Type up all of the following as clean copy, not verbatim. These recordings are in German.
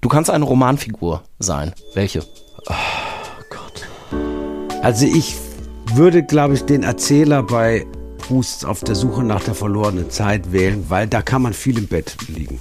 Du kannst eine Romanfigur sein. Welche? Oh Gott. Also ich würde, glaube ich, den Erzähler bei Proust auf der Suche nach der verlorenen Zeit wählen, weil da kann man viel im Bett liegen.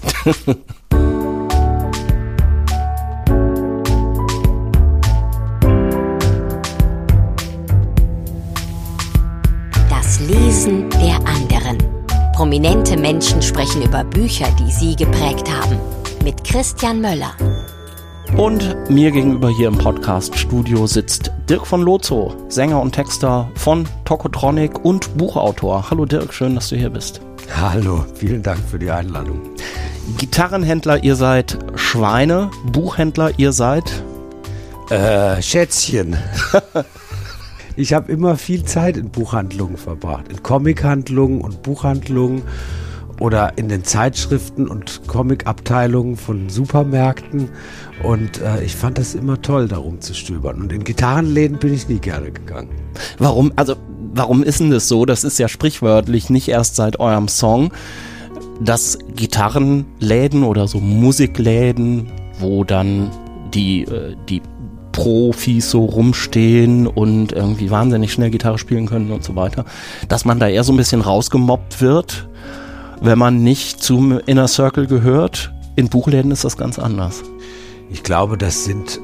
Das Lesen der anderen. Prominente Menschen sprechen über Bücher, die sie geprägt haben. Mit Christian Möller. Und mir gegenüber hier im Podcast-Studio sitzt Dirk von Lozo, Sänger und Texter von Tokotronic und Buchautor. Hallo Dirk, schön, dass du hier bist. Hallo, vielen Dank für die Einladung. Gitarrenhändler, ihr seid Schweine. Buchhändler, ihr seid? Schätzchen. Ich habe immer viel Zeit in Buchhandlungen verbracht, in Comichandlungen und Buchhandlungen oder in den Zeitschriften und Comicabteilungen von Supermärkten und ich fand das immer toll, da rumzustöbern. Und in Gitarrenläden bin ich nie gerne gegangen. Warum ist denn das so? Das ist ja sprichwörtlich nicht erst seit eurem Song, dass Gitarrenläden oder so Musikläden, wo dann die Profis so rumstehen und irgendwie wahnsinnig schnell Gitarre spielen können und so weiter, dass man da eher so ein bisschen rausgemobbt wird, wenn man nicht zum Inner Circle gehört. In Buchläden ist das ganz anders. Ich glaube, das sind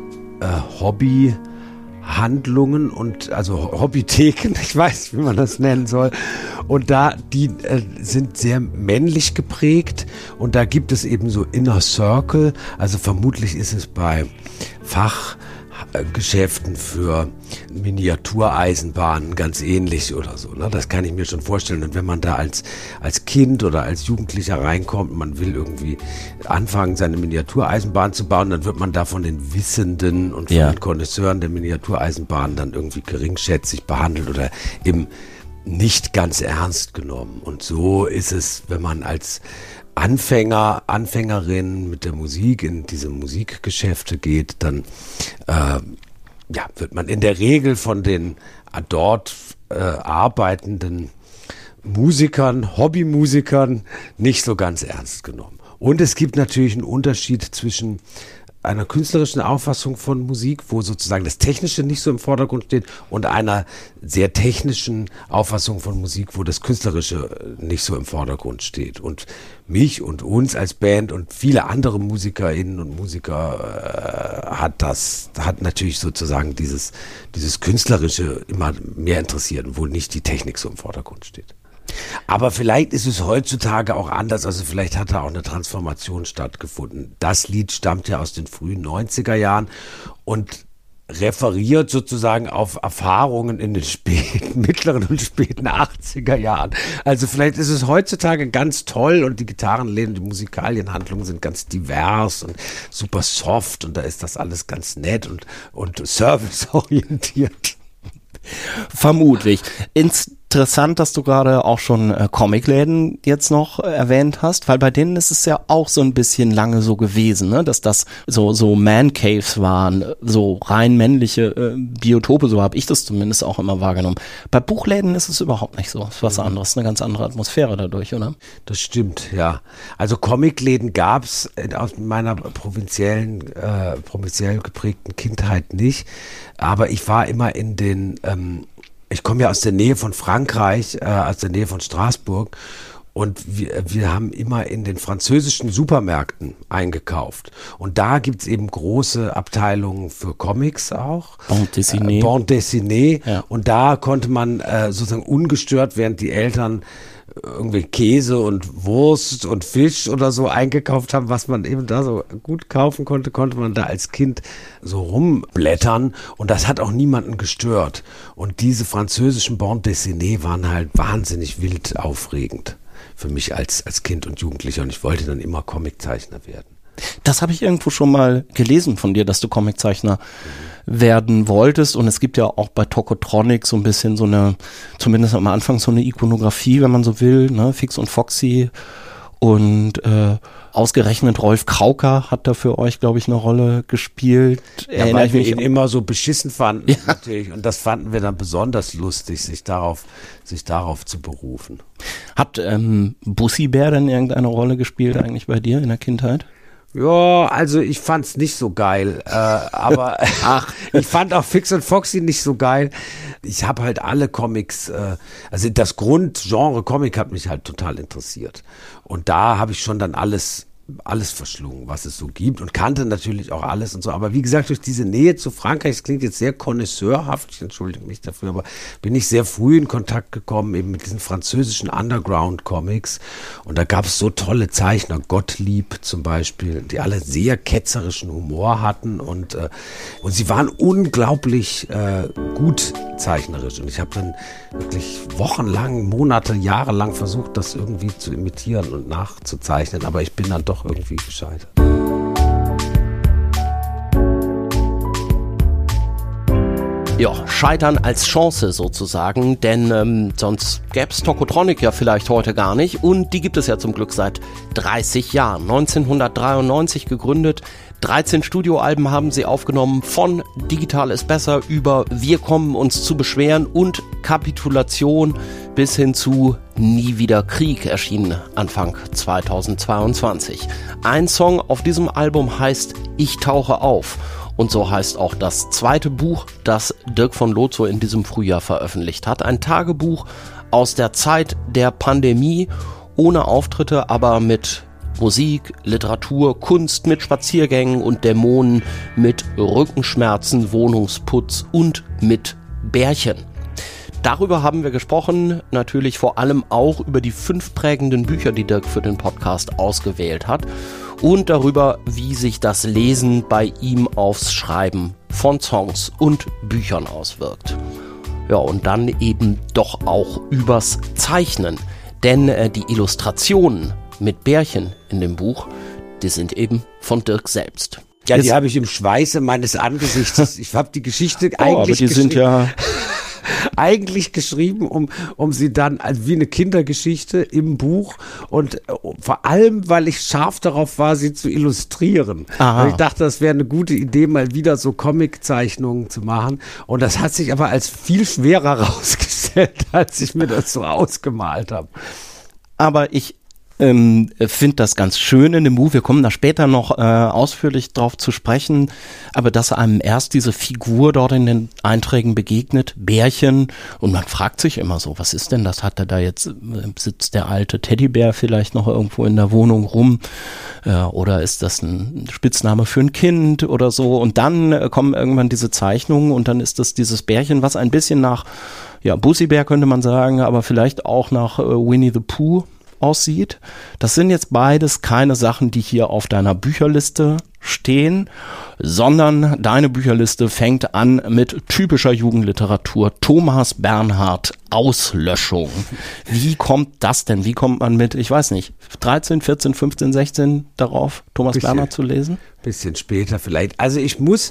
Hobbyhandlungen und also Hobbytheken, ich weiß, wie man das nennen soll. Und die sind sehr männlich geprägt und da gibt es eben so Inner Circle. Also vermutlich ist es bei Fachgeschäften für Miniatureisenbahnen ganz ähnlich oder so. Ne? Das kann ich mir schon vorstellen. Und wenn man da als Kind oder als Jugendlicher reinkommt, man will irgendwie anfangen, seine Miniatureisenbahn zu bauen, dann wird man da von den Wissenden und von den Connoisseuren der Miniatureisenbahn dann irgendwie geringschätzig behandelt oder eben nicht ganz ernst genommen. Und so ist es, wenn man als Anfängerin mit der Musik in diese Musikgeschäfte geht, dann wird man in der Regel von den dort arbeitenden Musikern, Hobbymusikern nicht so ganz ernst genommen. Und es gibt natürlich einen Unterschied zwischen einer künstlerischen Auffassung von Musik, wo sozusagen das Technische nicht so im Vordergrund steht, und einer sehr technischen Auffassung von Musik, wo das Künstlerische nicht so im Vordergrund steht. Und mich und uns als Band und viele andere Musikerinnen und Musiker hat natürlich sozusagen dieses Künstlerische immer mehr interessiert, wo nicht die Technik so im Vordergrund steht. Aber vielleicht ist es heutzutage auch anders, also vielleicht hat da auch eine Transformation stattgefunden. Das Lied stammt ja aus den frühen 90er Jahren und referiert sozusagen auf Erfahrungen in den mittleren und späten 80er Jahren. Also vielleicht ist es heutzutage ganz toll und die Gitarrenläden, die Musikalienhandlungen sind ganz divers und super soft und da ist das alles ganz nett und serviceorientiert. Vermutlich. Interessant, dass du gerade auch schon Comicläden jetzt noch erwähnt hast, weil bei denen ist es ja auch so ein bisschen lange so gewesen, ne? Dass das so Man-Caves waren, so rein männliche Biotope, so habe ich das zumindest auch immer wahrgenommen. Bei Buchläden ist es überhaupt nicht so, ist was anderes, eine ganz andere Atmosphäre dadurch, oder? Das stimmt, ja. Also Comicläden gab's aus meiner provinziell geprägten Kindheit nicht, aber ich war immer in den ich komme ja aus der Nähe von Frankreich, aus der Nähe von Straßburg und wir haben immer in den französischen Supermärkten eingekauft. Und da gibt's eben große Abteilungen für Comics auch. Bande dessinée. Ja. Und da konnte man sozusagen ungestört, während die Eltern irgendwie Käse und Wurst und Fisch oder so eingekauft haben, was man eben da so gut kaufen konnte, konnte man da als Kind so rumblättern und das hat auch niemanden gestört. Und diese französischen Bande dessinée waren halt wahnsinnig wild aufregend für mich als Kind und Jugendlicher und ich wollte dann immer Comiczeichner werden. Das habe ich irgendwo schon mal gelesen von dir, dass du Comiczeichner werden wolltest und es gibt ja auch bei Tokotronic so ein bisschen so eine, zumindest am Anfang so eine Ikonografie, wenn man so will, ne, Fix und Foxy und ausgerechnet Rolf Krauker hat da für euch, glaube ich, eine Rolle gespielt. Ja, weil wir ihn immer so beschissen fanden, natürlich. Und das fanden wir dann besonders lustig, sich darauf zu berufen. Hat Bussi Bär denn irgendeine Rolle gespielt eigentlich bei dir in der Kindheit? Ja, also ich fand's nicht so geil, aber ich fand auch Fix und Foxy nicht so geil. Ich habe halt alle Comics, also das Grundgenre Comic hat mich halt total interessiert. Und da habe ich schon dann alles verschlungen, was es so gibt und kannte natürlich auch alles und so. Aber wie gesagt, durch diese Nähe zu Frankreich, das klingt jetzt sehr connoisseurhaft, ich entschuldige mich dafür, aber bin ich sehr früh in Kontakt gekommen eben mit diesen französischen Underground-Comics. Und da gab es so tolle Zeichner, Gottlieb zum Beispiel, die alle sehr ketzerischen Humor hatten und sie waren unglaublich gut zeichnerisch. Und ich habe dann wirklich wochenlang, Monate, jahrelang versucht, das irgendwie zu imitieren und nachzuzeichnen. Aber ich bin dann doch irgendwie gescheitert. Ja, Scheitern als Chance sozusagen, denn sonst gäbe es Tokotronic ja vielleicht heute gar nicht und die gibt es ja zum Glück seit 30 Jahren. 1993 gegründet, 13 Studioalben haben sie aufgenommen, von Digital ist besser über Wir kommen uns zu beschweren und Kapitulation bis hin zu Nie wieder Krieg erschienen Anfang 2022. Ein Song auf diesem Album heißt Ich tauche auf. Und so heißt auch das zweite Buch, das Dirk von Lozo in diesem Frühjahr veröffentlicht hat. Ein Tagebuch aus der Zeit der Pandemie, ohne Auftritte, aber mit Musik, Literatur, Kunst, mit Spaziergängen und Dämonen, mit Rückenschmerzen, Wohnungsputz und mit Bärchen. Darüber haben wir gesprochen, natürlich vor allem auch über die 5 prägenden Bücher, die Dirk für den Podcast ausgewählt hat und darüber, wie sich das Lesen bei ihm aufs Schreiben von Songs und Büchern auswirkt. Ja, und dann eben doch auch übers Zeichnen, denn die Illustrationen mit Bärchen in dem Buch, die sind eben von Dirk selbst. Ja, die habe ich im Schweiße meines Angesichts. Ich habe die Geschichte eigentlich aber die sind ja eigentlich geschrieben, um sie dann wie eine Kindergeschichte im Buch und vor allem, weil ich scharf darauf war, sie zu illustrieren. Weil ich dachte, das wäre eine gute Idee, mal wieder so Comiczeichnungen zu machen. Und das hat sich aber als viel schwerer rausgestellt, als ich mir das so ausgemalt habe. Aber ich finde das ganz schön in dem Buch. Wir kommen da später noch ausführlich drauf zu sprechen, aber dass einem erst diese Figur dort in den Einträgen begegnet, Bärchen, und man fragt sich immer so, was ist denn das? Hat er da jetzt, sitzt der alte Teddybär vielleicht noch irgendwo in der Wohnung rum oder ist das ein Spitzname für ein Kind oder so? Und dann kommen irgendwann diese Zeichnungen und dann ist das dieses Bärchen, was ein bisschen nach, ja, Bussibär könnte man sagen, aber vielleicht auch nach Winnie the Pooh aussieht. Das sind jetzt beides keine Sachen, die hier auf deiner Bücherliste stehen, sondern deine Bücherliste fängt an mit typischer Jugendliteratur. Thomas Bernhard, Auslöschung. Wie kommt das denn? Wie kommt man mit, ich weiß nicht, 13, 14, 15, 16 darauf, Thomas Bernhard zu lesen? Bisschen später vielleicht. Also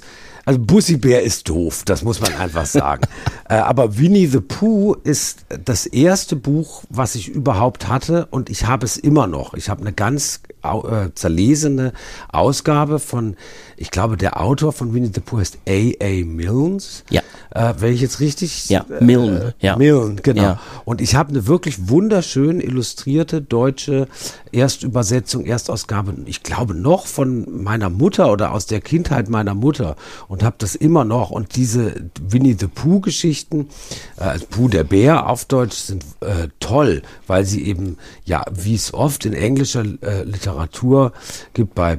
Bussibär ist doof, das muss man einfach sagen. Aber Winnie the Pooh ist das erste Buch, was ich überhaupt hatte und ich habe es immer noch. Ich habe eine ganz zerlesene Ausgabe von, ich glaube, der Autor von Winnie the Pooh heißt A.A. Milne. Ja. Wenn ich jetzt richtig... Ja, Milne. Milne, genau. Ja. Und ich habe eine wirklich wunderschön illustrierte deutsche Erstübersetzung, Erstausgabe, ich glaube noch von meiner Mutter oder aus der Kindheit meiner Mutter und habe das immer noch. Und diese Winnie the Pooh Geschichten, Pooh der Bär auf Deutsch, sind toll, weil sie eben, ja, wie es oft in englischer Literatur gibt, bei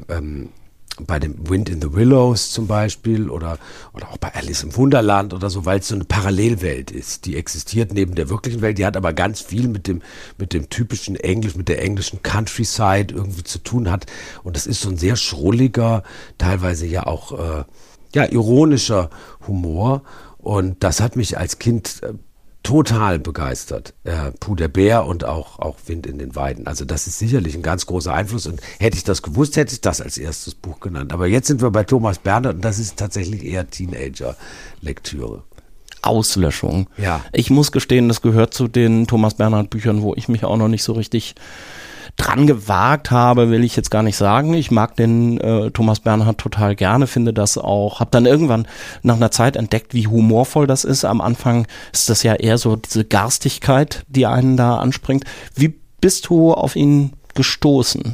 dem Wind in the Willows zum Beispiel oder auch bei Alice im Wunderland oder so, weil es so eine Parallelwelt ist. Die existiert neben der wirklichen Welt, die hat aber ganz viel mit dem typischen Englisch, mit der englischen Countryside irgendwie zu tun hat. Und das ist so ein sehr schrulliger, teilweise ja auch ironischer Humor. Und das hat mich als Kind total begeistert. Pooh der Bär und auch Wind in den Weiden. Also das ist sicherlich ein ganz großer Einfluss und hätte ich das gewusst, hätte ich das als erstes Buch genannt. Aber jetzt sind wir bei Thomas Bernhard und das ist tatsächlich eher Teenager-Lektüre. Auslöschung. Ja. Ich muss gestehen, das gehört zu den Thomas Bernhard Büchern, wo ich mich auch noch nicht so richtig dran gewagt habe, will ich jetzt gar nicht sagen. Ich mag den Thomas Bernhard total gerne, finde das auch, habe dann irgendwann nach einer Zeit entdeckt, wie humorvoll das ist. Am Anfang ist das ja eher so diese Garstigkeit, die einen da anspringt. Wie bist du auf ihn gestoßen?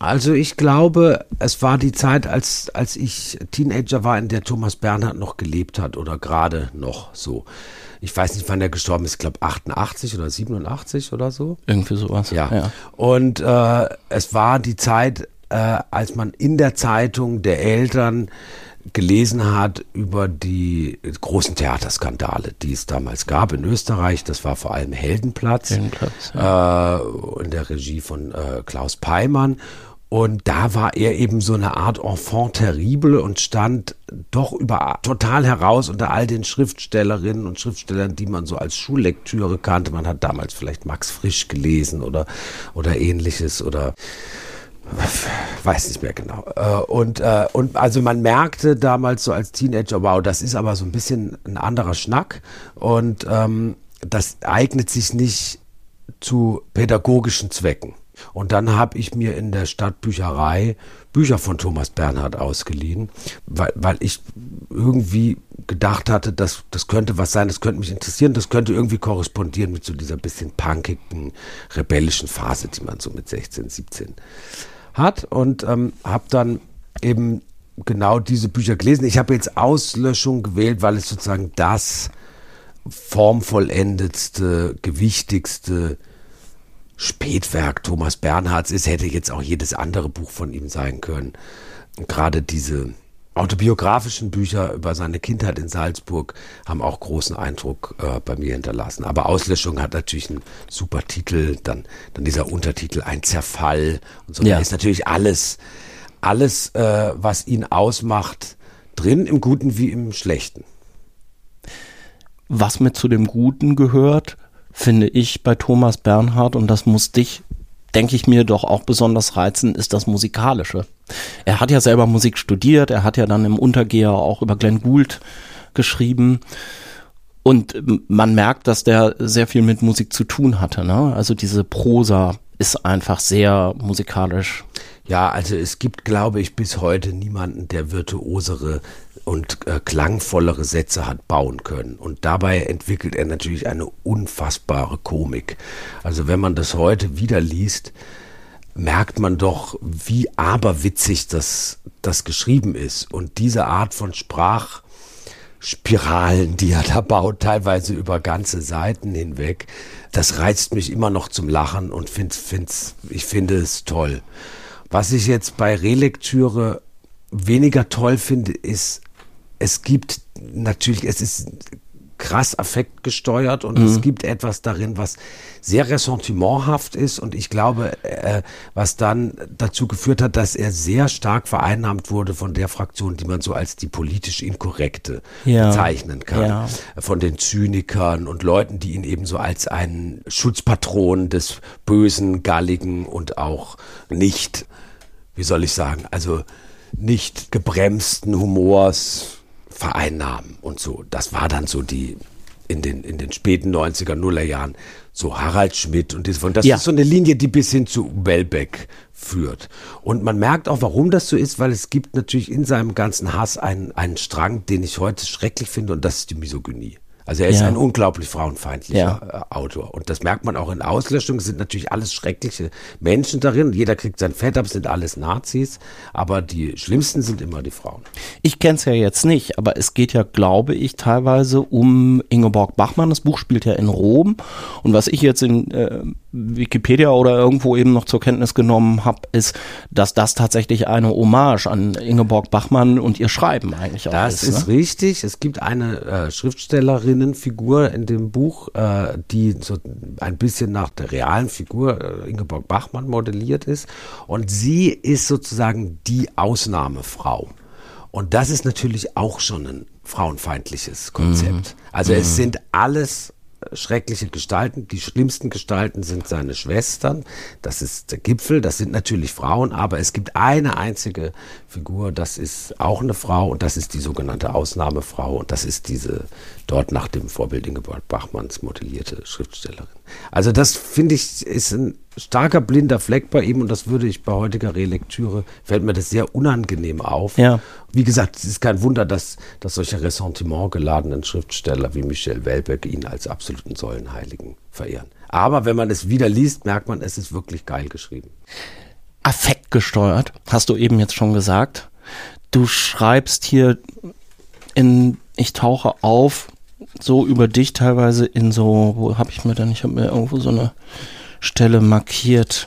Also ich glaube, es war die Zeit, als ich Teenager war, in der Thomas Bernhard noch gelebt hat oder gerade noch so. Ich weiß nicht, wann er gestorben ist, ich glaube 88 oder 87 oder so. Irgendwie sowas. Ja. Und es war die Zeit, als man in der Zeitung der Eltern gelesen hat über die großen Theaterskandale, die es damals gab in Österreich. Das war vor allem Heldenplatz, in der Regie von Klaus Peimann. Und da war er eben so eine Art Enfant terrible und stand doch total heraus unter all den Schriftstellerinnen und Schriftstellern, die man so als Schullektüre kannte. Man hat damals vielleicht Max Frisch gelesen oder ähnliches oder weiß nicht mehr genau. Und also man merkte damals so als Teenager, wow, das ist aber so ein bisschen ein anderer Schnack und das eignet sich nicht zu pädagogischen Zwecken. Und dann habe ich mir in der Stadtbücherei Bücher von Thomas Bernhard ausgeliehen, weil ich irgendwie gedacht hatte, das könnte was sein, das könnte mich interessieren, das könnte irgendwie korrespondieren mit so dieser bisschen punkigen, rebellischen Phase, die man so mit 16, 17 hat. Und habe dann eben genau diese Bücher gelesen. Ich habe jetzt Auslöschung gewählt, weil es sozusagen das formvollendetste, gewichtigste Spätwerk Thomas Bernhards ist, hätte jetzt auch jedes andere Buch von ihm sein können. Und gerade diese autobiografischen Bücher über seine Kindheit in Salzburg haben auch großen Eindruck bei mir hinterlassen. Aber Auslöschung hat natürlich einen super Titel, dann dieser Untertitel Ein Zerfall und so. Ja. Da ist natürlich alles, was ihn ausmacht, drin, im Guten wie im Schlechten. Was mit zu dem Guten gehört, finde ich bei Thomas Bernhard, und das muss dich, denke ich mir, doch auch besonders reizen, ist das Musikalische. Er hat ja selber Musik studiert, er hat ja dann im Untergeher auch über Glenn Gould geschrieben und man merkt, dass der sehr viel mit Musik zu tun hatte, ne? Also diese Prosa ist einfach sehr musikalisch. Ja, also es gibt, glaube ich, bis heute niemanden, der virtuosere und klangvollere Sätze hat bauen können. Und dabei entwickelt er natürlich eine unfassbare Komik. Also wenn man das heute wieder liest, merkt man doch, wie aberwitzig das geschrieben ist. Und diese Art von Sprachspiralen, die er da baut, teilweise über ganze Seiten hinweg, das reizt mich immer noch zum Lachen und ich finde es toll. Was ich jetzt bei Relektüre weniger toll finde, ist, es ist krass affektgesteuert und es gibt etwas darin, was sehr ressentimenthaft ist und ich glaube, was dann dazu geführt hat, dass er sehr stark vereinnahmt wurde von der Fraktion, die man so als die politisch Inkorrekte bezeichnen kann. Ja. Von den Zynikern und Leuten, die ihn eben so als einen Schutzpatron des Bösen, Galligen und auch nicht, wie soll ich sagen, also nicht gebremsten Humors vereinnahmen und so. Das war dann so in den späten 90er, Nullerjahren so Harald Schmidt und das ist so eine Linie, die bis hin zu Welbeck führt. Und man merkt auch, warum das so ist, weil es gibt natürlich in seinem ganzen Hass einen Strang, den ich heute schrecklich finde und das ist die Misogynie. Also er ist ein unglaublich frauenfeindlicher Autor. Und das merkt man auch in Auslöschung. Es sind natürlich alles schreckliche Menschen darin. Jeder kriegt sein Fett ab, es sind alles Nazis. Aber die schlimmsten sind immer die Frauen. Ich kenne es ja jetzt nicht, aber es geht ja, glaube ich, teilweise um Ingeborg Bachmann. Das Buch spielt ja in Rom. Und was ich jetzt in Wikipedia oder irgendwo eben noch zur Kenntnis genommen habe, ist, dass das tatsächlich eine Hommage an Ingeborg Bachmann und ihr Schreiben eigentlich auch ist. Das ist richtig. Es gibt eine Schriftstellerinnenfigur in dem Buch, die so ein bisschen nach der realen Figur Ingeborg Bachmann modelliert ist. Und sie ist sozusagen die Ausnahmefrau. Und das ist natürlich auch schon ein frauenfeindliches Konzept. Also es sind alles schreckliche Gestalten. Die schlimmsten Gestalten sind seine Schwestern. Das ist der Gipfel. Das sind natürlich Frauen, aber es gibt eine einzige Figur, das ist auch eine Frau und das ist die sogenannte Ausnahmefrau und das ist diese dort nach dem Vorbild Ingeborg Bachmanns modellierte Schriftstellerin. Also das finde ich ist ein starker blinder Fleck bei ihm und das würde ich bei heutiger Relektüre, fällt mir das sehr unangenehm auf. Ja. Wie gesagt, es ist kein Wunder, dass solche ressentimentgeladenen Schriftsteller wie Michel Welbeck ihn als absoluten Säulenheiligen verehren. Aber wenn man es wieder liest, merkt man, es ist wirklich geil geschrieben. affektgesteuert, hast du eben jetzt schon gesagt. Du schreibst hier ich tauche auf, so über dich teilweise in so, wo habe ich mir denn, ich habe mir irgendwo so eine Stelle markiert.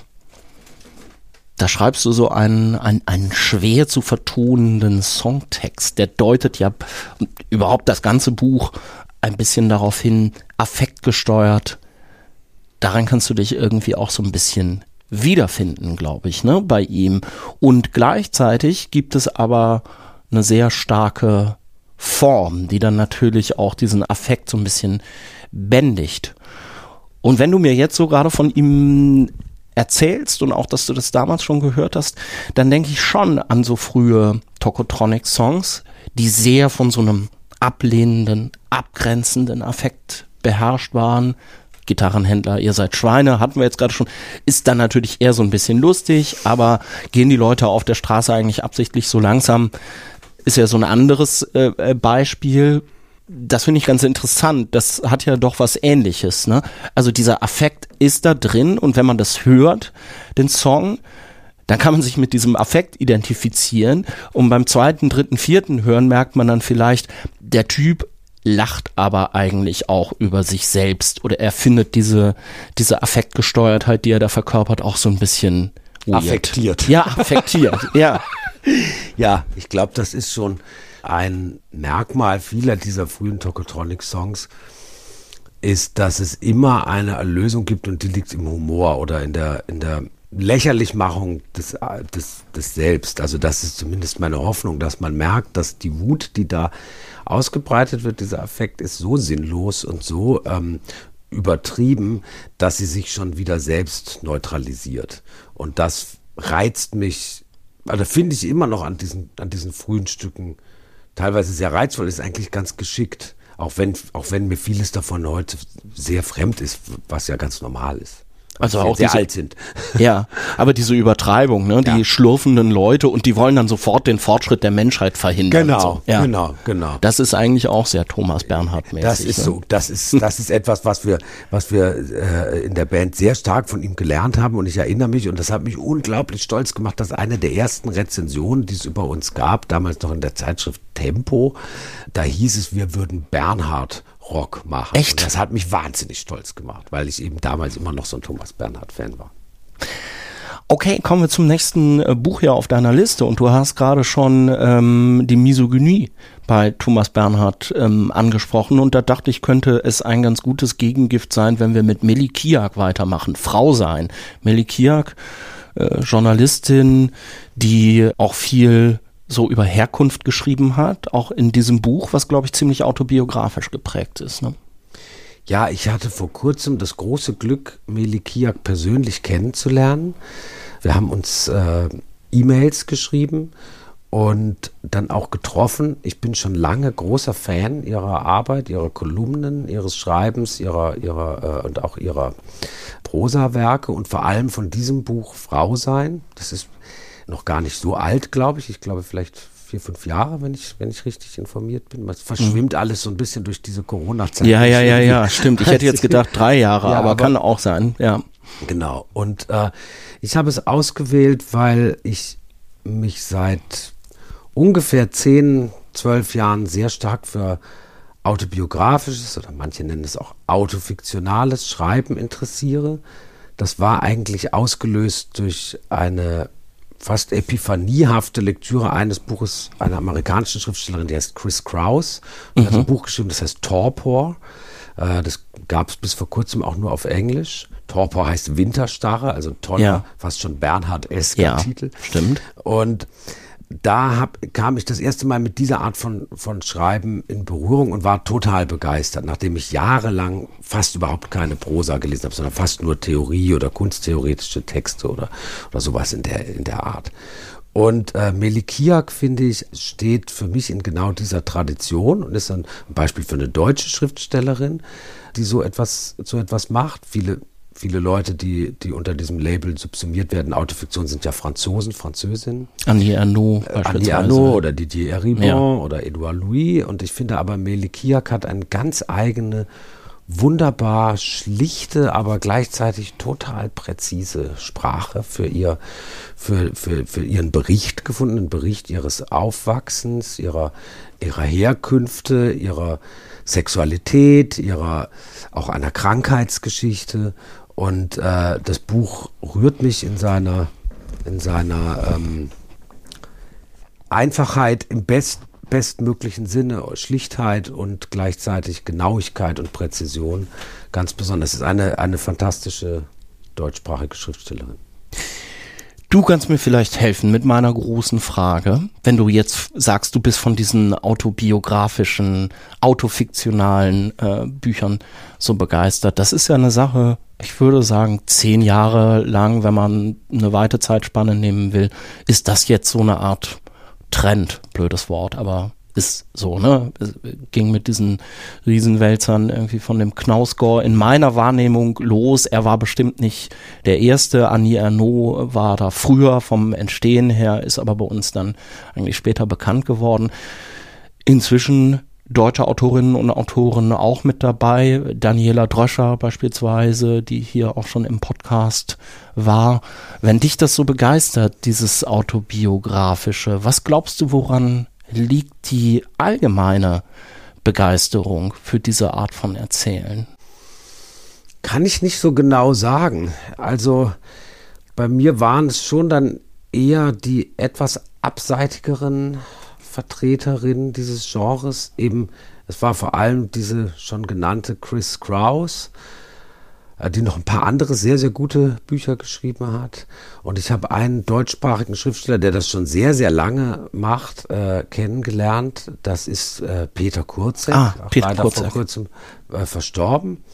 Da schreibst du so einen schwer zu vertonenden Songtext, der deutet ja überhaupt das ganze Buch ein bisschen darauf hin, affektgesteuert. Daran kannst du dich irgendwie auch so ein bisschen wiederfinden, glaube ich, ne, bei ihm. Und gleichzeitig gibt es aber eine sehr starke Form, die dann natürlich auch diesen Affekt so ein bisschen bändigt. Und wenn du mir jetzt so gerade von ihm erzählst und auch, dass du das damals schon gehört hast, dann denke ich schon an so frühe Tokotronic-Songs, die sehr von so einem ablehnenden, abgrenzenden Affekt beherrscht waren. Gitarrenhändler, ihr seid Schweine, hatten wir jetzt gerade schon, ist dann natürlich eher so ein bisschen lustig, aber gehen die Leute auf der Straße eigentlich absichtlich so langsam, ist ja so ein anderes Beispiel. Das finde ich ganz interessant, das hat ja doch was Ähnliches, ne? Also dieser Affekt ist da drin und wenn man das hört, den Song, dann kann man sich mit diesem Affekt identifizieren und beim zweiten, dritten, vierten Hören merkt man dann vielleicht, der Typ lacht aber eigentlich auch über sich selbst oder er findet diese Affektgesteuertheit, die er da verkörpert, auch so ein bisschen weird. Affektiert. Ja, affektiert, ja. Ja, ich glaube, das ist schon ein Merkmal vieler dieser frühen Tokotronic-Songs, ist, dass es immer eine Erlösung gibt und die liegt im Humor oder in der Lächerlichmachung des Selbst. Also das ist zumindest meine Hoffnung, dass man merkt, dass die Wut, die da ausgebreitet wird, dieser Affekt ist so sinnlos und so übertrieben, dass sie sich schon wieder selbst neutralisiert. Und das reizt mich, also finde ich immer noch an diesen frühen Stücken teilweise sehr reizvoll, ist eigentlich ganz geschickt, auch wenn mir vieles davon heute sehr fremd ist, was ja ganz normal ist. Also auch sehr alt sind. Ja, aber diese Übertreibung, ne, die schlurfenden Leute und die wollen dann sofort den Fortschritt der Menschheit verhindern. Genau, so. Ja. genau. Das ist eigentlich auch sehr Thomas Bernhard-mäßig. Das ist so, das ist etwas, was wir in der Band sehr stark von ihm gelernt haben und ich erinnere mich und das hat mich unglaublich stolz gemacht, dass eine der ersten Rezensionen, die es über uns gab, damals noch in der Zeitschrift Tempo, da hieß es, wir würden Bernhard Rock machen. Echt? Und das hat mich wahnsinnig stolz gemacht, weil ich eben damals immer noch so ein Thomas Bernhard-Fan war. Okay, kommen wir zum nächsten Buch hier auf deiner Liste und du hast gerade schon die Misogynie bei Thomas Bernhard angesprochen und da dachte ich, könnte es ein ganz gutes Gegengift sein, wenn wir mit Melly Kiak weitermachen. Frau sein. Melly Kiak, Journalistin, die auch viel so über Herkunft geschrieben hat, auch in diesem Buch, was glaube ich ziemlich autobiografisch geprägt ist, ne? Ja, ich hatte vor kurzem das große Glück, Melly Kiak persönlich kennenzulernen. Wir haben uns E-Mails geschrieben und dann auch getroffen. Ich bin schon lange großer Fan ihrer Arbeit, ihrer Kolumnen, ihres Schreibens, und auch ihrer Prosawerke und vor allem von diesem Buch Frau sein. Das ist noch gar nicht so alt, glaube ich. Ich glaube vielleicht 4-5 Jahre, wenn ich richtig informiert bin. Es verschwimmt alles so ein bisschen durch diese Corona-Zeit. Ja, stimmt. Ich hätte jetzt gedacht 3 Jahre, ja, aber kann auch sein, ja. Genau. Und ich habe es ausgewählt, weil ich mich seit ungefähr 10-12 Jahren sehr stark für autobiografisches oder manche nennen es auch autofiktionales Schreiben interessiere. Das war eigentlich ausgelöst durch eine fast epiphaniehafte Lektüre eines Buches einer amerikanischen Schriftstellerin, die heißt Chris Kraus. Und hat ein Buch geschrieben, das heißt Torpor. Das gab es bis vor kurzem auch nur auf Englisch. Torpor heißt Winterstarre, also ein toller, fast schon Bernhard-esker Titel. Stimmt. Und da kam ich das erste Mal mit dieser Art von Schreiben in Berührung und war total begeistert, nachdem ich jahrelang fast überhaupt keine Prosa gelesen habe, sondern fast nur Theorie oder kunsttheoretische Texte oder sowas in der Art. Und Melly Kiak, finde ich, steht für mich in genau dieser Tradition und ist ein Beispiel für eine deutsche Schriftstellerin, die so etwas macht. Viele Leute, die unter diesem Label subsumiert werden, Autofiktion, sind ja Französinnen. Annie Ernaux beispielsweise. Annie Ernaux oder Didier Eribon oder Edouard Louis. Und ich finde aber, Melly Kiak hat eine ganz eigene wunderbar schlichte, aber gleichzeitig total präzise Sprache für ihren Bericht gefunden, einen Bericht ihres Aufwachsens, ihrer Herkünfte, ihrer Sexualität, auch einer Krankheitsgeschichte. Und das Buch rührt mich in seiner Einfachheit im bestmöglichen Sinne, Schlichtheit und gleichzeitig Genauigkeit und Präzision ganz besonders. Es ist eine fantastische deutschsprachige Schriftstellerin. Du kannst mir vielleicht helfen mit meiner großen Frage, wenn du jetzt sagst, du bist von diesen autobiografischen, autofiktionalen Büchern so begeistert. Das ist ja eine Sache, ich würde sagen, 10 Jahre lang, wenn man eine weite Zeitspanne nehmen will, ist das jetzt so eine Art Trend, blödes Wort, aber ist so, ne? Es ging mit diesen Riesenwälzern irgendwie von dem Knausgård in meiner Wahrnehmung los. Er war bestimmt nicht der Erste. Annie Ernaux war da früher vom Entstehen her, ist aber bei uns dann eigentlich später bekannt geworden. Inzwischen deutsche Autorinnen und Autoren auch mit dabei. Daniela Dröscher beispielsweise, die hier auch schon im Podcast war. Wenn dich das so begeistert, dieses Autobiografische, was glaubst du, woran liegt die allgemeine Begeisterung für diese Art von Erzählen? Kann ich nicht so genau sagen. Also bei mir waren es schon dann eher die etwas abseitigeren Vertreterinnen dieses Genres. Eben, es war vor allem diese schon genannte Chris Kraus, die noch ein paar andere sehr, sehr gute Bücher geschrieben hat. Und ich habe einen deutschsprachigen Schriftsteller, der das schon sehr, sehr lange macht, kennengelernt. Das ist Peter Kurzek, Peter Kurzek. Vor kurzem verstorben.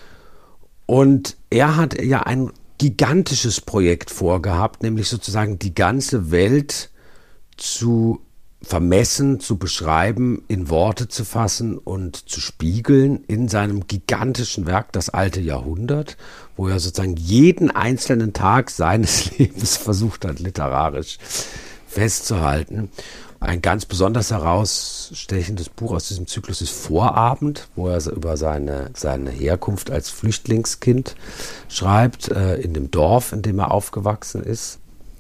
Und er hat ja ein gigantisches Projekt vorgehabt, nämlich sozusagen die ganze Welt zu vermessen, zu beschreiben, in Worte zu fassen und zu spiegeln in seinem gigantischen Werk Das alte Jahrhundert, wo er sozusagen jeden einzelnen Tag seines Lebens versucht hat, literarisch festzuhalten. Ein ganz besonders herausstechendes Buch aus diesem Zyklus ist Vorabend, wo er über seine Herkunft als Flüchtlingskind schreibt, in dem Dorf, in dem er aufgewachsen ist.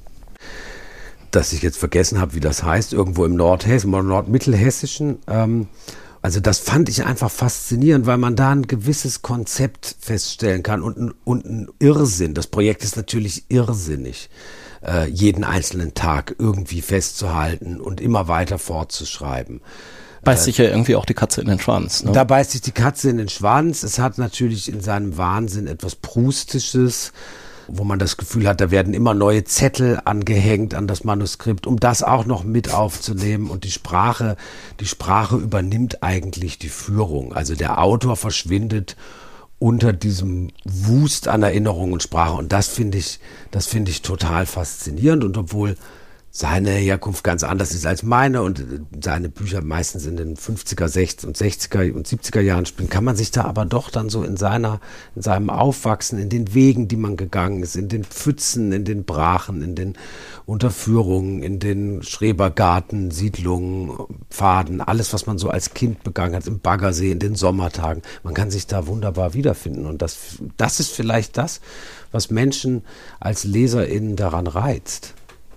Dass ich jetzt vergessen habe, wie das heißt, irgendwo im Nordmittelhessischen. Also das fand ich einfach faszinierend, weil man da ein gewisses Konzept feststellen kann und ein Irrsinn. Das Projekt ist natürlich irrsinnig, jeden einzelnen Tag irgendwie festzuhalten und immer weiter fortzuschreiben. Beißt sich ja irgendwie auch die Katze in den Schwanz. Ne? Da beißt sich die Katze in den Schwanz. Es hat natürlich in seinem Wahnsinn etwas Proustisches, wo man das Gefühl hat, da werden immer neue Zettel angehängt an das Manuskript, um das auch noch mit aufzunehmen. Und die Sprache übernimmt eigentlich die Führung. Also der Autor verschwindet unter diesem Wust an Erinnerung und Sprache. Und das finde ich total faszinierend. Und obwohl seine Herkunft ganz anders ist als meine und seine Bücher meistens in den 50er, 60er und 70er Jahren spielen, kann man sich da aber doch dann so in seinem Aufwachsen, in den Wegen, die man gegangen ist, in den Pfützen, in den Brachen, in den Unterführungen, in den Schrebergarten, Siedlungen, Pfaden, alles, was man so als Kind begangen hat, im Baggersee, in den Sommertagen. Man kann sich da wunderbar wiederfinden. Und das ist vielleicht das, was Menschen als LeserInnen daran reizt.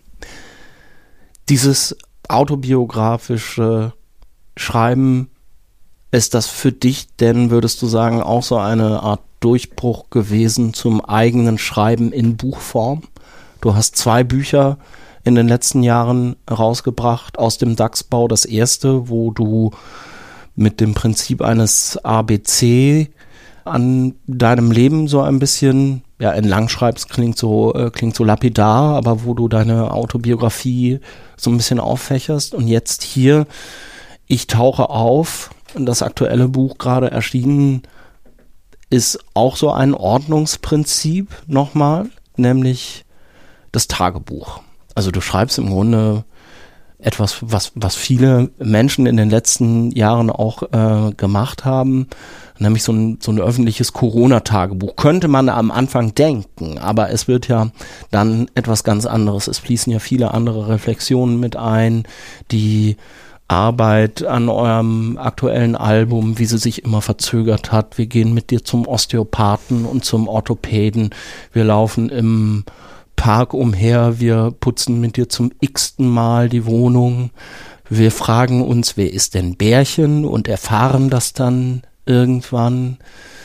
Dieses autobiografische Schreiben, ist das für dich denn, würdest du sagen, auch so eine Art Durchbruch gewesen zum eigenen Schreiben in Buchform? Du hast 2 Bücher in den letzten Jahren rausgebracht aus dem Dachsbau. Das erste, wo du mit dem Prinzip eines ABC an deinem Leben so ein bisschen entlang schreibst, klingt so lapidar, aber wo du deine Autobiografie so ein bisschen auffächerst. Und jetzt hier, Ich tauche auf, das aktuelle Buch gerade erschienen, ist auch so ein Ordnungsprinzip nochmal, nämlich das Tagebuch. Also du schreibst im Grunde etwas, was viele Menschen in den letzten Jahren auch gemacht haben, nämlich so ein öffentliches Corona-Tagebuch. Könnte man am Anfang denken, aber es wird ja dann etwas ganz anderes. Es fließen ja viele andere Reflexionen mit ein, die Arbeit an eurem aktuellen Album, wie sie sich immer verzögert hat. Wir gehen mit dir zum Osteopathen und zum Orthopäden. Wir laufen im Park umher. Wir putzen mit dir zum x-ten Mal die Wohnung. Wir fragen uns, wer ist denn Bärchen, und erfahren das dann irgendwann.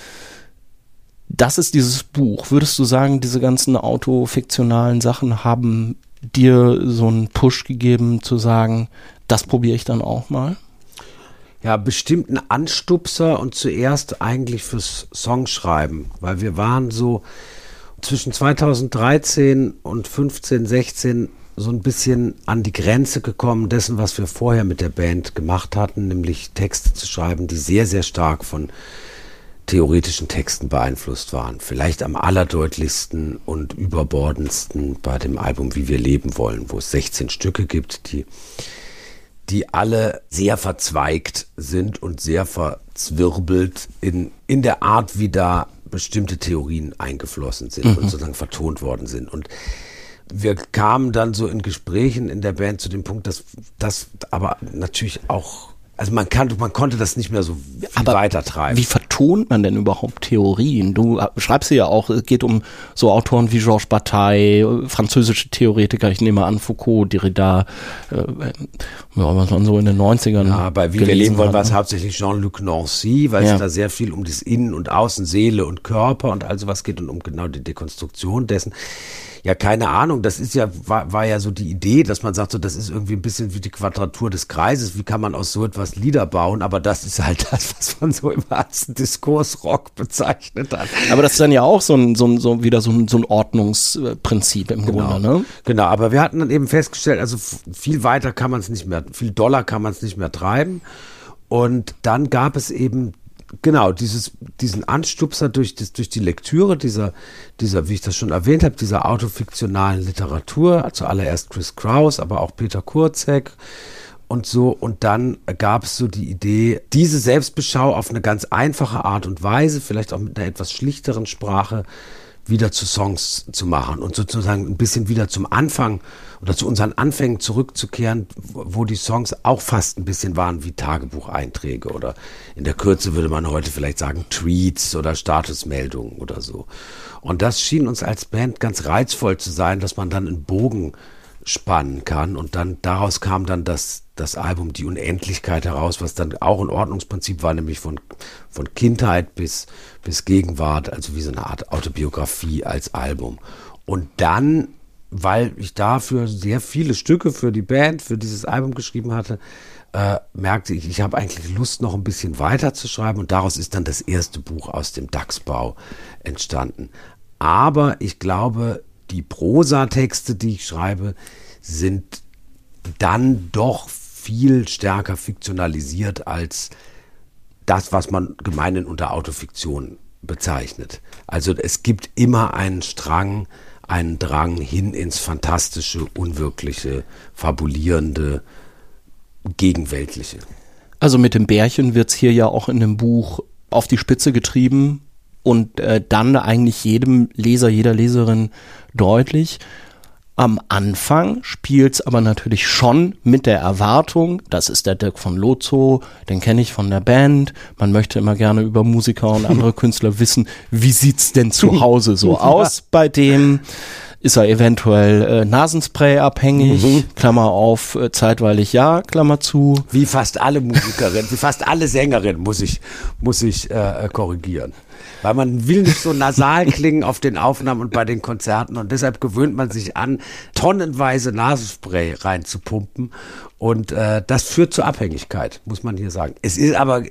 Das ist dieses Buch. Würdest du sagen, diese ganzen autofiktionalen Sachen haben dir so einen Push gegeben, zu sagen, das probiere ich dann auch mal? Ja, bestimmt ein Anstupser, und zuerst eigentlich fürs Songschreiben, weil wir waren so zwischen 2013 und 15, 16 so ein bisschen an die Grenze gekommen dessen, was wir vorher mit der Band gemacht hatten, nämlich Texte zu schreiben, die sehr, sehr stark von theoretischen Texten beeinflusst waren. Vielleicht am allerdeutlichsten und überbordendsten bei dem Album Wie wir leben wollen, wo es 16 Stücke gibt, die alle sehr verzweigt sind und sehr verzwirbelt in der Art, wie da bestimmte Theorien eingeflossen sind und sozusagen vertont worden sind. Und wir kamen dann so in Gesprächen in der Band zu dem Punkt, dass das aber natürlich auch, also man konnte das nicht mehr so viel weiter treiben. Wie vertont man denn überhaupt Theorien? Du schreibst ja auch, es geht um so Autoren wie Georges Bataille, französische Theoretiker, ich nehme an Foucault, Derrida, was man so in den 90ern. Ja, bei Wie wir leben wollen, war es hauptsächlich Jean-Luc Nancy, weil es da sehr viel um das Innen und Außen, Seele und Körper und all sowas geht und um genau die Dekonstruktion dessen. Ja, keine Ahnung, das ist ja, war ja so die Idee, dass man sagt, so, das ist irgendwie ein bisschen wie die Quadratur des Kreises, wie kann man aus so etwas Lieder bauen, aber das ist halt das, was man so im ersten Diskursrock bezeichnet hat. Aber das ist dann ja auch wieder so ein Ordnungsprinzip im Grunde, ne? Genau, aber wir hatten dann eben festgestellt, also viel weiter kann man es nicht mehr, viel doller kann man es nicht mehr treiben, und dann gab es eben genau, diesen Anstupser durch die Lektüre dieser, wie ich das schon erwähnt habe, dieser autofiktionalen Literatur, zuallererst Chris Kraus, aber auch Peter Kurzek und so. Und dann gab es so die Idee, diese Selbstbeschau auf eine ganz einfache Art und Weise, vielleicht auch mit einer etwas schlichteren Sprache, wieder zu Songs zu machen und sozusagen ein bisschen wieder zum Anfang oder zu unseren Anfängen zurückzukehren, wo die Songs auch fast ein bisschen waren wie Tagebucheinträge oder in der Kürze würde man heute vielleicht sagen Tweets oder Statusmeldungen oder so. Und das schien uns als Band ganz reizvoll zu sein, dass man dann einen Bogen spannen kann, und dann daraus kam dann das Album Die Unendlichkeit heraus, was dann auch ein Ordnungsprinzip war, nämlich von Kindheit bis Gegenwart, also wie so eine Art Autobiografie als Album. Und dann, weil ich dafür sehr viele Stücke für die Band, für dieses Album geschrieben hatte, merkte ich habe eigentlich Lust, noch ein bisschen weiter zu schreiben, und daraus ist dann das erste Buch aus dem Dachsbau entstanden. Aber ich glaube, die Prosatexte, die ich schreibe, sind dann doch viel stärker fiktionalisiert als das, was man gemeinhin unter Autofiktion bezeichnet. Also es gibt immer einen Strang, einen Drang hin ins Fantastische, Unwirkliche, Fabulierende, Gegenweltliche. Also mit dem Bärchen wird's hier ja auch in dem Buch auf die Spitze getrieben und dann eigentlich jedem Leser, jeder Leserin deutlich. Am Anfang spielt's aber natürlich schon mit der Erwartung, das ist der Dirk von Lozo, den kenne ich von der Band, man möchte immer gerne über Musiker und andere Künstler wissen, wie sieht's denn zu Hause so aus bei dem? Ist er eventuell Nasenspray abhängig, Klammer auf, zeitweilig ja, Klammer zu. Wie fast alle Musikerinnen, wie fast alle Sängerinnen muss ich korrigieren. Weil man will nicht so nasal klingen auf den Aufnahmen und bei den Konzerten, und deshalb gewöhnt man sich an, tonnenweise Nasenspray reinzupumpen, und das führt zur Abhängigkeit, muss man hier sagen. Es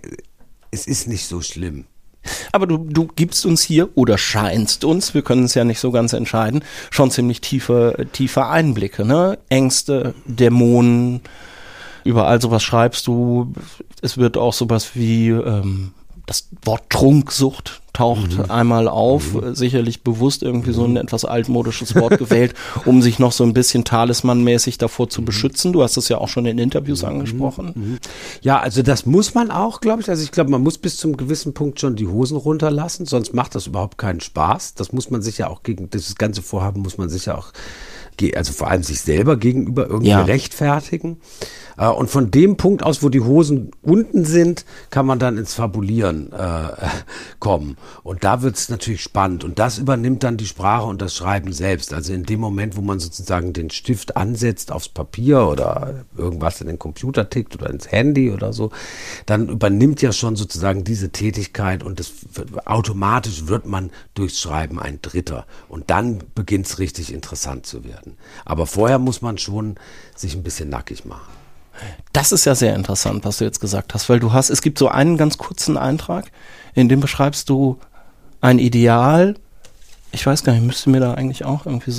ist nicht so schlimm. Aber du gibst uns hier, oder scheinst uns, wir können es ja nicht so ganz entscheiden, schon ziemlich tiefe Einblicke, ne? Ängste, Dämonen, überall sowas schreibst du. Es wird auch sowas wie das Wort Trunksucht taucht einmal auf, sicherlich bewusst irgendwie so ein etwas altmodisches Wort gewählt, um sich noch so ein bisschen talismanmäßig davor zu beschützen. Du hast das ja auch schon in Interviews angesprochen. Ja, also das muss man auch, glaube ich. Also ich glaube, man muss bis zum gewissen Punkt schon die Hosen runterlassen, sonst macht das überhaupt keinen Spaß. Das muss man sich ja auch gegen dieses ganze Vorhaben muss man sich ja auch also vor allem sich selber gegenüber irgendwie rechtfertigen. Und von dem Punkt aus, wo die Hosen unten sind, kann man dann ins Fabulieren kommen. Und da wird es natürlich spannend. Und das übernimmt dann die Sprache und das Schreiben selbst. Also in dem Moment, wo man sozusagen den Stift ansetzt aufs Papier oder irgendwas in den Computer tickt oder ins Handy oder so, dann übernimmt ja schon sozusagen diese Tätigkeit und automatisch wird man durchs Schreiben ein Dritter. Und dann beginnt es richtig interessant zu werden. Aber vorher muss man schon sich ein bisschen nackig machen. Das ist ja sehr interessant, was du jetzt gesagt hast, weil es gibt so einen ganz kurzen Eintrag, in dem beschreibst du ein Ideal. Ich weiß gar nicht, müsste mir da eigentlich auch irgendwie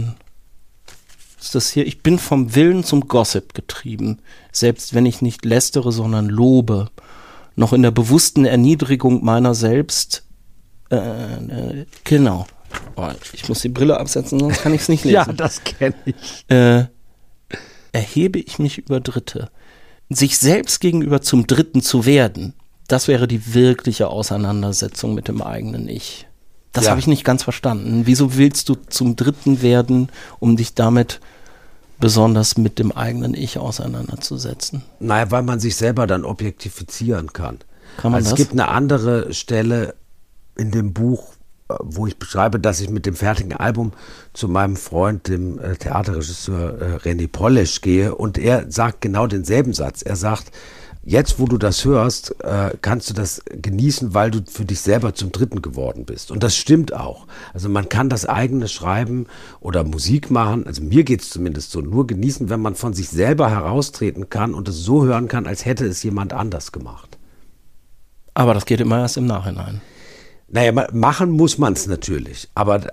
ist das hier? Ich bin vom Willen zum Gossip getrieben, selbst wenn ich nicht lästere, sondern lobe. Noch in der bewussten Erniedrigung meiner selbst, genau. Oh, ich muss die Brille absetzen, sonst kann ich es nicht lesen. Ja, das kenne ich. Erhebe ich mich über Dritte. Sich selbst gegenüber zum Dritten zu werden, das wäre die wirkliche Auseinandersetzung mit dem eigenen Ich. Das habe ich nicht ganz verstanden. Wieso willst du zum Dritten werden, um dich damit besonders mit dem eigenen Ich auseinanderzusetzen? Naja, weil man sich selber dann objektifizieren kann. Kann man das? Es gibt eine andere Stelle in dem Buch, wo ich beschreibe, dass ich mit dem fertigen Album zu meinem Freund, dem Theaterregisseur René Polesch gehe und er sagt genau denselben Satz. Er sagt, jetzt wo du das hörst, kannst du das genießen, weil du für dich selber zum Dritten geworden bist. Und das stimmt auch. Also man kann das eigene Schreiben oder Musik machen, also mir geht es zumindest so, nur genießen, wenn man von sich selber heraustreten kann und es so hören kann, als hätte es jemand anders gemacht. Aber das geht immer erst im Nachhinein. Naja, machen muss man es natürlich, aber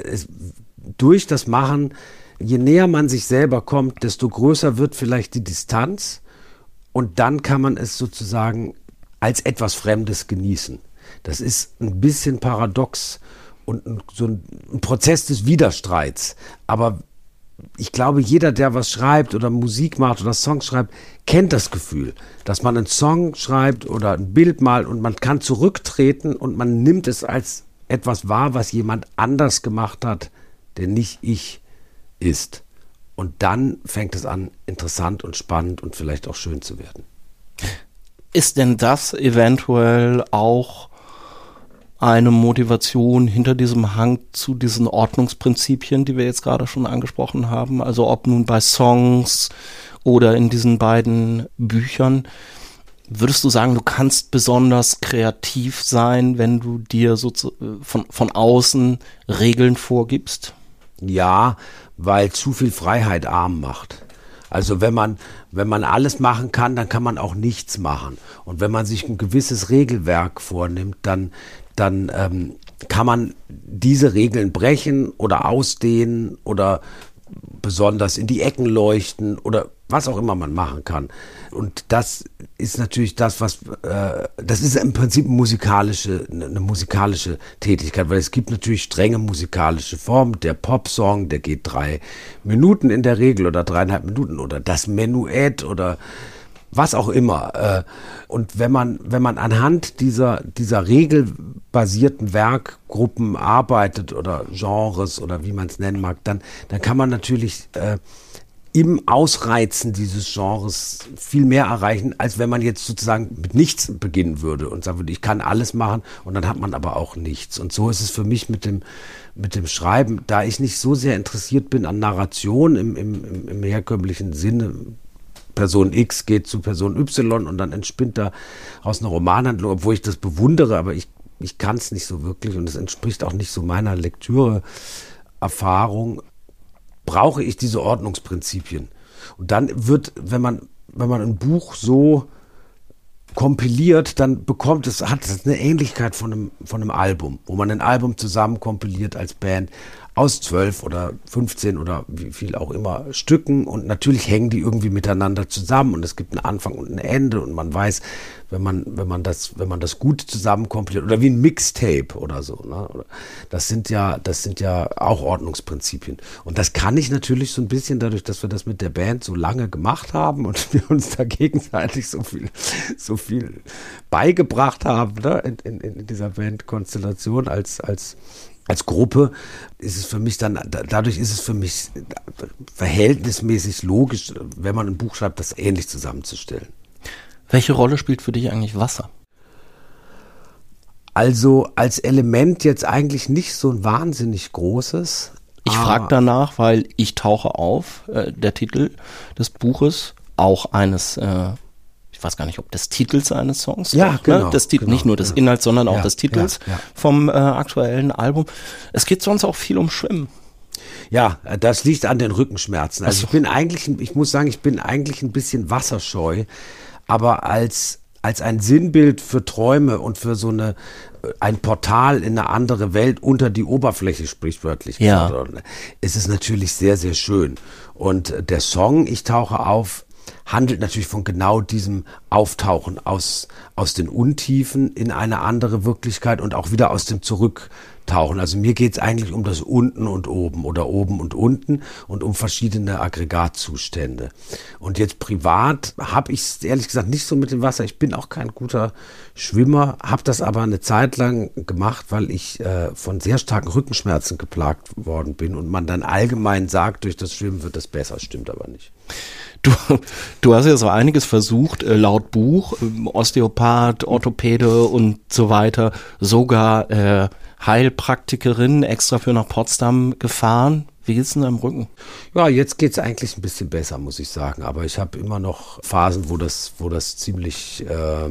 durch das Machen, je näher man sich selber kommt, desto größer wird vielleicht die Distanz und dann kann man es sozusagen als etwas Fremdes genießen. Das ist ein bisschen paradox und so ein Prozess des Widerstreits, aber ich glaube, jeder, der was schreibt oder Musik macht oder Songs schreibt, kennt das Gefühl, dass man einen Song schreibt oder ein Bild malt und man kann zurücktreten und man nimmt es als etwas wahr, was jemand anders gemacht hat, der nicht ich ist. Und dann fängt es an, interessant und spannend und vielleicht auch schön zu werden. Ist denn das eventuell auch eine Motivation hinter diesem Hang zu diesen Ordnungsprinzipien, die wir jetzt gerade schon angesprochen haben? Also ob nun bei Songs oder in diesen beiden Büchern. Würdest du sagen, du kannst besonders kreativ sein, wenn du dir so von außen Regeln vorgibst? Ja, weil zu viel Freiheit arm macht. Also wenn man alles machen kann, dann kann man auch nichts machen. Und wenn man sich ein gewisses Regelwerk vornimmt, dann kann man diese Regeln brechen oder ausdehnen oder besonders in die Ecken leuchten oder was auch immer man machen kann. Und das ist natürlich das ist im Prinzip eine musikalische Tätigkeit, weil es gibt natürlich strenge musikalische Formen. Der Popsong, der geht 3 Minuten in der Regel oder 3,5 Minuten oder das Menuett oder was auch immer. Und wenn man anhand dieser regelbasierten Werkgruppen arbeitet oder Genres oder wie man es nennen mag, dann kann man natürlich im Ausreizen dieses Genres viel mehr erreichen, als wenn man jetzt sozusagen mit nichts beginnen würde und sagen würde, ich kann alles machen und dann hat man aber auch nichts. Und so ist es für mich mit dem Schreiben, da ich nicht so sehr interessiert bin an Narration im herkömmlichen Sinne. Person X geht zu Person Y und dann entspinnt da aus einer Romanhandlung, obwohl ich das bewundere, aber ich kann es nicht so wirklich und es entspricht auch nicht so meiner Lektüre-Erfahrung, brauche ich diese Ordnungsprinzipien. Und dann wird, wenn man ein Buch so kompiliert, dann hat es eine Ähnlichkeit von einem Album, wo man ein Album zusammen kompiliert als Band aus 12 oder 15 oder wie viel auch immer Stücken und natürlich hängen die irgendwie miteinander zusammen und es gibt einen Anfang und ein Ende und man weiß, wenn man das gut zusammen kompiliert oder wie ein Mixtape oder so, ne? Das sind ja auch Ordnungsprinzipien und das kann ich natürlich so ein bisschen dadurch, dass wir das mit der Band so lange gemacht haben und wir uns da gegenseitig so viel beigebracht haben, ne? In dieser Bandkonstellation als als Gruppe ist es für mich dann, dadurch ist es für mich verhältnismäßig logisch, wenn man ein Buch schreibt, das ähnlich zusammenzustellen. Welche Rolle spielt für dich eigentlich Wasser? Also als Element jetzt eigentlich nicht so ein wahnsinnig großes. Ich frage danach, weil Ich tauche auf, der Titel des Buches, auch eines, ich weiß gar nicht, ob des Titels eines Songs, ja, doch, genau, ne? genau, Nicht nur des Inhalts, sondern auch des Titels vom aktuellen Album. Es geht sonst auch viel um Schwimmen. Ja, das liegt an den Rückenschmerzen. Also ich muss sagen, ich bin eigentlich ein bisschen wasserscheu, aber als ein Sinnbild für Träume und für so ein Portal in eine andere Welt unter die Oberfläche sprichwörtlich gesagt, ist es natürlich sehr, sehr schön. Und der Song Ich tauche auf handelt natürlich von genau diesem Auftauchen aus den Untiefen in eine andere Wirklichkeit und auch wieder aus dem Zurücktauchen. Also mir geht es eigentlich um das Unten und Oben oder Oben und Unten und um verschiedene Aggregatzustände. Und jetzt privat habe ich es ehrlich gesagt nicht so mit dem Wasser. Ich bin auch kein guter Schwimmer, habe das aber eine Zeit lang gemacht, weil ich von sehr starken Rückenschmerzen geplagt worden bin und man dann allgemein sagt, durch das Schwimmen wird das besser, stimmt aber nicht. Du hast ja so einiges versucht, laut Buch, Osteopath, Orthopäde und so weiter, sogar Heilpraktikerin extra für nach Potsdam gefahren. Wie geht's denn deinem Rücken? Ja, jetzt geht's eigentlich ein bisschen besser, muss ich sagen. Aber ich habe immer noch Phasen, wo das ziemlich,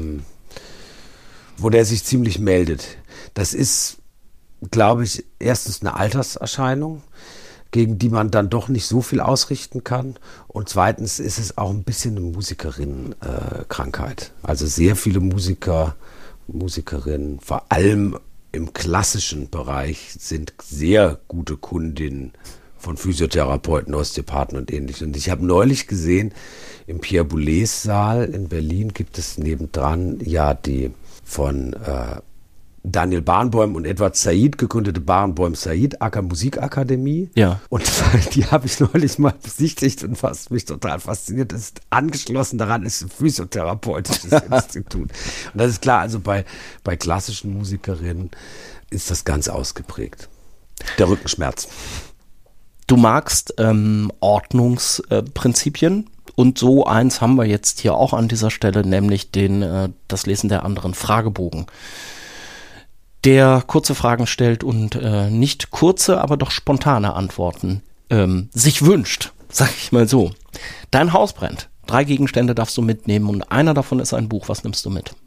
wo der sich ziemlich meldet. Das ist, glaube ich, erstens eine Alterserscheinung, gegen die man dann doch nicht so viel ausrichten kann. Und zweitens ist es auch ein bisschen eine Musikerinnenkrankheit. Also sehr viele Musikerinnen, vor allem im klassischen Bereich, sind sehr gute Kundinnen von Physiotherapeuten, Osteopathen und Ähnlichem. Und ich habe neulich gesehen, im Pierre Boulez Saal in Berlin gibt es nebendran ja die von Daniel Barenboim und Edward Said gegründete Barenboim-Said Musikakademie. Ja. Und die habe ich neulich mal besichtigt und was mich total fasziniert ist, angeschlossen daran ist ein physiotherapeutisches Institut. Und das ist klar, also bei klassischen Musikerinnen ist das ganz ausgeprägt. Der Rückenschmerz. Du magst Ordnungsprinzipien. Und so eins haben wir jetzt hier auch an dieser Stelle, nämlich das Lesen der anderen Fragebogen, der kurze Fragen stellt und nicht kurze, aber doch spontane Antworten sich wünscht, sag ich mal so. Dein Haus brennt. 3 Gegenstände darfst du mitnehmen und einer davon ist ein Buch. Was nimmst du mit?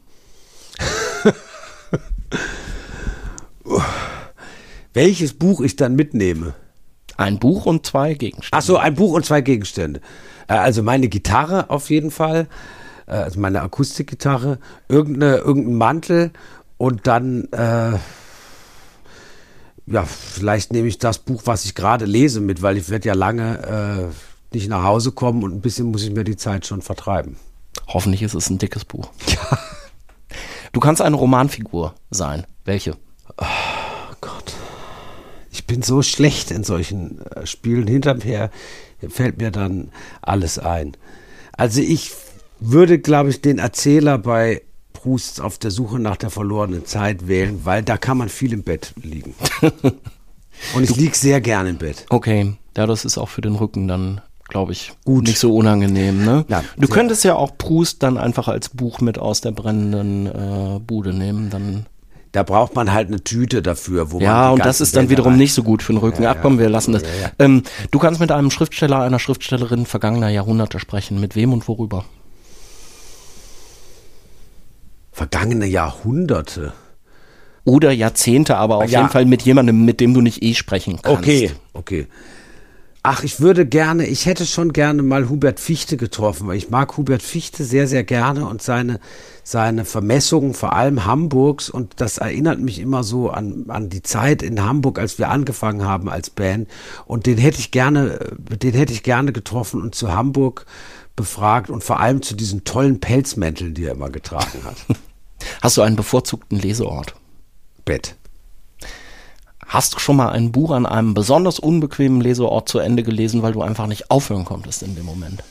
Welches Buch ich dann mitnehme? Ein Buch und 2 Gegenstände. Ach so, ein Buch und 2 Gegenstände. Also meine Gitarre auf jeden Fall, also meine Akustikgitarre, irgendein Mantel und dann, vielleicht nehme ich das Buch, was ich gerade lese mit, weil ich werde ja lange nicht nach Hause kommen und ein bisschen muss ich mir die Zeit schon vertreiben. Hoffentlich ist es ein dickes Buch. Ja. Du kannst eine Romanfigur sein. Welche? Oh Gott. Ich bin so schlecht in solchen Spielen. Hinterher fällt mir dann alles ein. Also ich würde, glaube ich, den Erzähler bei Proust auf der Suche nach der verlorenen Zeit wählen, weil da kann man viel im Bett liegen. Und ich liege sehr gern im Bett. Okay, ja, das ist auch für den Rücken dann, glaube ich, gut, nicht so unangenehm. Ne? Ja, du könntest ja auch Proust dann einfach als Buch mit aus der brennenden Bude nehmen, dann. Da braucht man halt eine Tüte dafür. Ja, und das ist dann wiederum nicht so gut für den Rücken. Ach komm, wir lassen das. Ja. Du kannst mit einem Schriftsteller, einer Schriftstellerin vergangener Jahrhunderte sprechen. Mit wem und worüber? Vergangene Jahrhunderte? Oder Jahrzehnte, aber auf jeden Fall mit jemandem, mit dem du nicht sprechen kannst. Okay. Ach, ich hätte schon gerne mal Hubert Fichte getroffen, weil ich mag Hubert Fichte sehr, sehr gerne und seine Vermessungen, vor allem Hamburgs, und das erinnert mich immer so an die Zeit in Hamburg, als wir angefangen haben als Band, und den hätte ich gerne getroffen und zu Hamburg befragt und vor allem zu diesen tollen Pelzmänteln, die er immer getragen hat. Hast du einen bevorzugten Leseort? Bett. Hast du schon mal ein Buch an einem besonders unbequemen Leseort zu Ende gelesen, weil du einfach nicht aufhören konntest in dem Moment?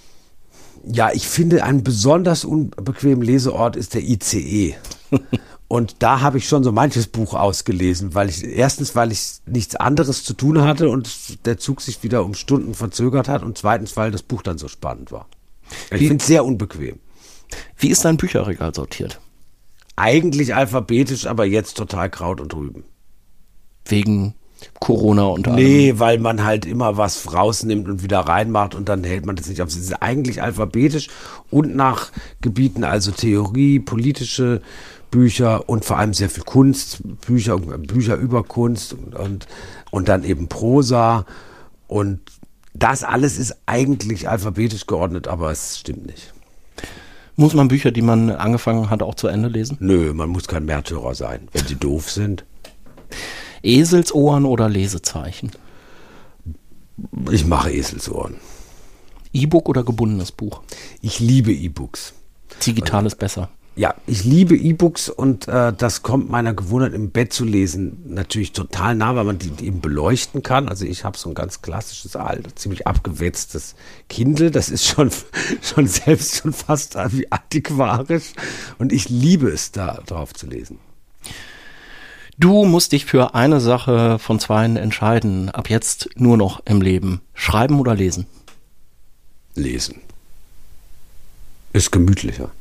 Ja, ich finde, ein besonders unbequemen Leseort ist der ICE. Und da habe ich schon so manches Buch ausgelesen, weil ich nichts anderes zu tun hatte und der Zug sich wieder um Stunden verzögert hat und zweitens, weil das Buch dann so spannend war. Ich finde es sehr unbequem. Wie ist dein Bücherregal sortiert? Eigentlich alphabetisch, aber jetzt total Kraut und Rüben. Wegen Corona und allem? Nee, weil man halt immer was rausnimmt und wieder reinmacht und dann hält man das nicht auf. Es ist eigentlich alphabetisch und nach Gebieten, also Theorie, politische Bücher und vor allem sehr viel Kunst, Bücher über Kunst und dann eben Prosa. Und das alles ist eigentlich alphabetisch geordnet, aber es stimmt nicht. Muss man Bücher, die man angefangen hat, auch zu Ende lesen? Nö, man muss kein Märtyrer sein, wenn sie doof sind. Eselsohren oder Lesezeichen? Ich mache Eselsohren. E-Book oder gebundenes Buch? Ich liebe E-Books. Digital ist besser. Ja, ich liebe E-Books und das kommt meiner Gewohnheit im Bett zu lesen natürlich total nah, weil man die eben beleuchten kann. Also ich habe so ein ganz klassisches, ziemlich abgewetztes Kindle. Das ist schon selbst schon fast wie antiquarisch und ich liebe es, da drauf zu lesen. Du musst dich für eine Sache von zweien entscheiden. Ab jetzt nur noch im Leben. Schreiben oder lesen? Lesen. Ist gemütlicher.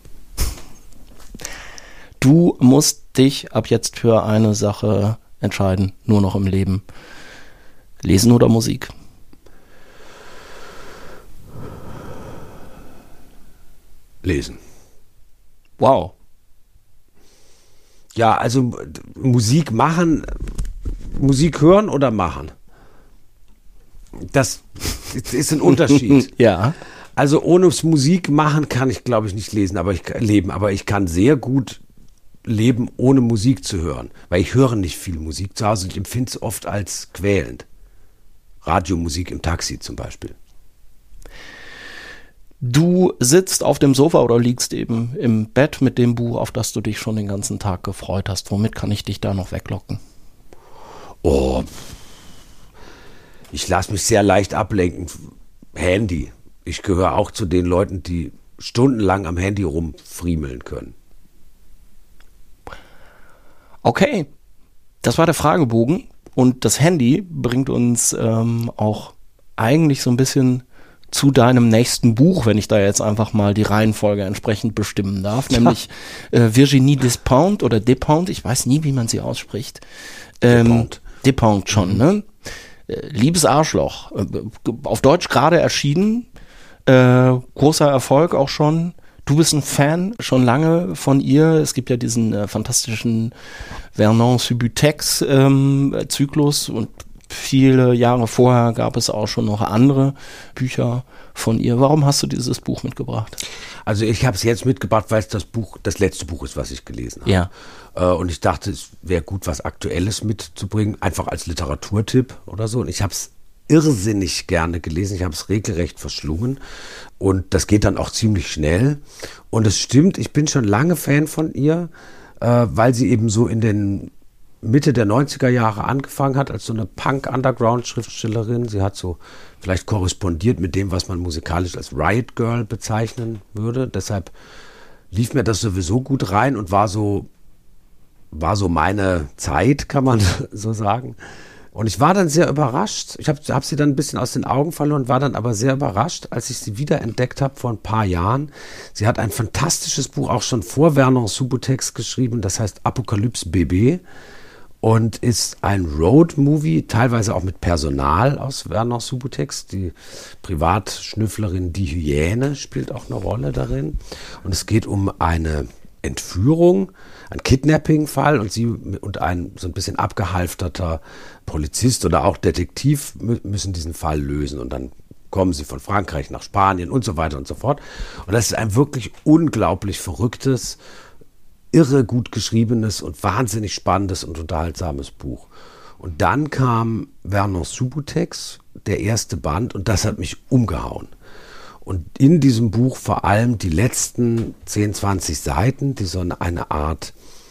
Du musst dich ab jetzt für eine Sache entscheiden, nur noch im Leben. Lesen oder Musik? Lesen. Wow. Ja, also Musik machen, Musik hören oder machen? Das ist ein Unterschied. Ja. Also ohne Musik machen kann ich, glaube ich, nicht lesen, aber ich kann sehr gut leben, ohne Musik zu hören. Weil ich höre nicht viel Musik zu Hause und ich empfinde es oft als quälend. Radiomusik im Taxi zum Beispiel. Du sitzt auf dem Sofa oder liegst eben im Bett mit dem Buch, auf das du dich schon den ganzen Tag gefreut hast. Womit kann ich dich da noch weglocken? Oh, ich lasse mich sehr leicht ablenken. Handy. Ich gehöre auch zu den Leuten, die stundenlang am Handy rumfriemeln können. Okay, das war der Fragebogen und das Handy bringt uns auch eigentlich so ein bisschen zu deinem nächsten Buch, wenn ich da jetzt einfach mal die Reihenfolge entsprechend bestimmen darf, nämlich Virginie Despentes oder Despentes, ich weiß nie, wie man sie ausspricht. Despentes schon, ne? Liebes Arschloch, auf Deutsch gerade erschienen, großer Erfolg auch schon. Du bist ein Fan schon lange von ihr. Es gibt ja diesen fantastischen Vernon-Subutex-Zyklus und viele Jahre vorher gab es auch schon noch andere Bücher von ihr. Warum hast du dieses Buch mitgebracht? Also ich habe es jetzt mitgebracht, weil es das letzte Buch ist, was ich gelesen habe. Ja. Und ich dachte, es wäre gut, was Aktuelles mitzubringen, einfach als Literaturtipp oder so. Und ich habe es irrsinnig gerne gelesen. Ich habe es regelrecht verschlungen. Und das geht dann auch ziemlich schnell. Und es stimmt, ich bin schon lange Fan von ihr, weil sie eben so in den Mitte der 90er Jahre angefangen hat als so eine Punk-Underground-Schriftstellerin. Sie hat so vielleicht korrespondiert mit dem, was man musikalisch als Riot Girl bezeichnen würde. Deshalb lief mir das sowieso gut rein und war so meine Zeit, kann man so sagen. Und ich war dann sehr überrascht. Ich hab sie dann ein bisschen aus den Augen verloren, war dann aber sehr überrascht, als ich sie wiederentdeckt habe vor ein paar Jahren. Sie hat ein fantastisches Buch auch schon vor Vernon Subutex geschrieben, das heißt Apokalypse BB. Und ist ein Road-Movie, teilweise auch mit Personal aus Vernon Subutex. Die Privatschnüfflerin Die Hyäne spielt auch eine Rolle darin. Und es geht um eine Entführung, ein Kidnapping-Fall und sie und ein so ein bisschen abgehalfterter Polizist oder auch Detektiv müssen diesen Fall lösen. Und dann kommen sie von Frankreich nach Spanien und so weiter und so fort. Und das ist ein wirklich unglaublich verrücktes, irre gut geschriebenes und wahnsinnig spannendes und unterhaltsames Buch. Und dann kam Vernon Subutex, der erste Band, und das hat mich umgehauen. Und in diesem Buch vor allem die letzten 10, 20 Seiten, die so eine Art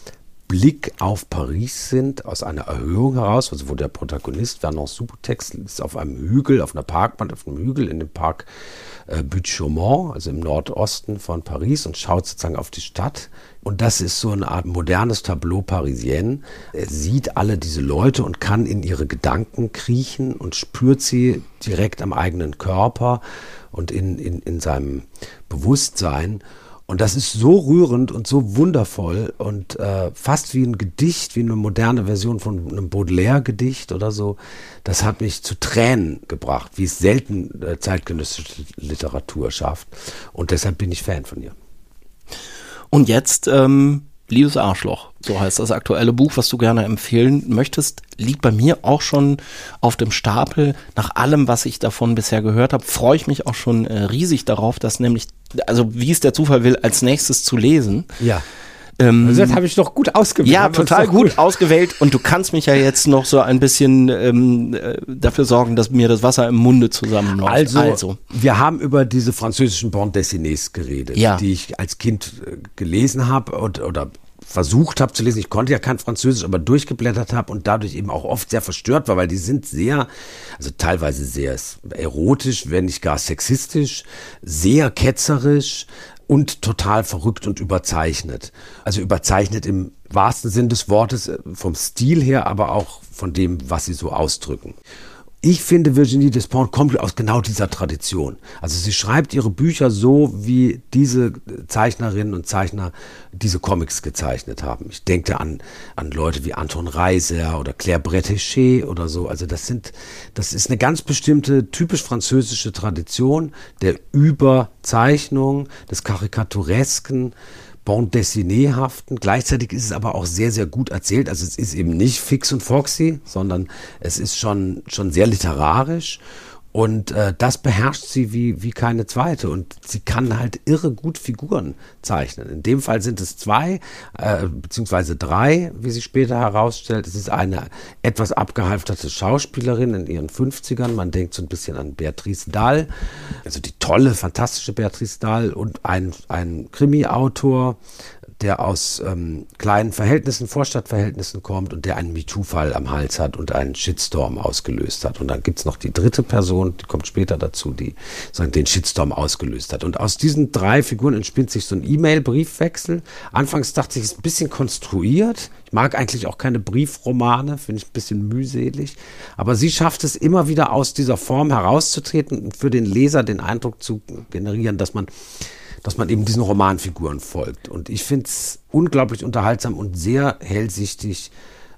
Blick auf Paris sind, aus einer Erhöhung heraus, also wo der Protagonist, Vernon Subutex, ist auf einem Hügel, auf einer Parkbank, auf einem Hügel in dem Park Buttes-Chaumont, also im Nordosten von Paris, und schaut sozusagen auf die Stadt. Und das ist so eine Art modernes Tableau Parisienne. Er sieht alle diese Leute und kann in ihre Gedanken kriechen und spürt sie direkt am eigenen Körper und in seinem Bewusstsein. Und das ist so rührend und so wundervoll und fast wie ein Gedicht, wie eine moderne Version von einem Baudelaire-Gedicht oder so. Das hat mich zu Tränen gebracht, wie es selten zeitgenössische Literatur schafft. Und deshalb bin ich Fan von ihr. Und jetzt Liebes Arschloch, so heißt das aktuelle Buch, was du gerne empfehlen möchtest, liegt bei mir auch schon auf dem Stapel. Nach allem, was ich davon bisher gehört habe, freue ich mich auch schon riesig darauf, das nämlich, also wie es der Zufall will, als nächstes zu lesen. Ja. Also das habe ich doch gut ausgewählt. Ja, total gut ausgewählt, und du kannst mich ja jetzt noch so ein bisschen dafür sorgen, dass mir das Wasser im Munde zusammenläuft. Also, wir haben über diese französischen Bande Dessinés geredet, die ich als Kind gelesen habe oder versucht habe zu lesen. Ich konnte ja kein Französisch, aber durchgeblättert habe und dadurch eben auch oft sehr verstört war, weil die sind sehr, also teilweise sehr erotisch, wenn nicht gar sexistisch, sehr ketzerisch und total verrückt und überzeichnet. Also überzeichnet im wahrsten Sinn des Wortes, vom Stil her, aber auch von dem, was sie so ausdrücken. Ich finde, Virginie Despentes kommt aus genau dieser Tradition. Also sie schreibt ihre Bücher so, wie diese Zeichnerinnen und Zeichner diese Comics gezeichnet haben. Ich denke an Leute wie Anton Reiser oder Claire Bretéché oder so. Also das ist eine ganz bestimmte, typisch französische Tradition der Überzeichnung, des Karikaturesken, Bande Dessinée-haften. Gleichzeitig ist es aber auch sehr, sehr gut erzählt. Also es ist eben nicht fix und foxy, sondern es ist schon sehr literarisch. Und das beherrscht sie wie keine zweite. Und sie kann halt irre gut Figuren zeichnen. In dem Fall sind es 2, beziehungsweise 3, wie sich später herausstellt. Es ist eine etwas abgehalfterte Schauspielerin in ihren 50ern. Man denkt so ein bisschen an Beatrice Dalle, also die tolle, fantastische Beatrice Dalle, und ein Krimi-Autor, der aus kleinen Verhältnissen, Vorstadtverhältnissen kommt und der einen MeToo-Fall am Hals hat und einen Shitstorm ausgelöst hat. Und dann gibt's noch die dritte Person, die kommt später dazu, die den Shitstorm ausgelöst hat. Und aus diesen 3 Figuren entspinnt sich so ein E-Mail-Briefwechsel. Anfangs dachte ich, es ist ein bisschen konstruiert. Ich mag eigentlich auch keine Briefromane, finde ich ein bisschen mühselig. Aber sie schafft es immer wieder, aus dieser Form herauszutreten und für den Leser den Eindruck zu generieren, dass man eben diesen Romanfiguren folgt. Und ich finde es unglaublich unterhaltsam und sehr hellsichtig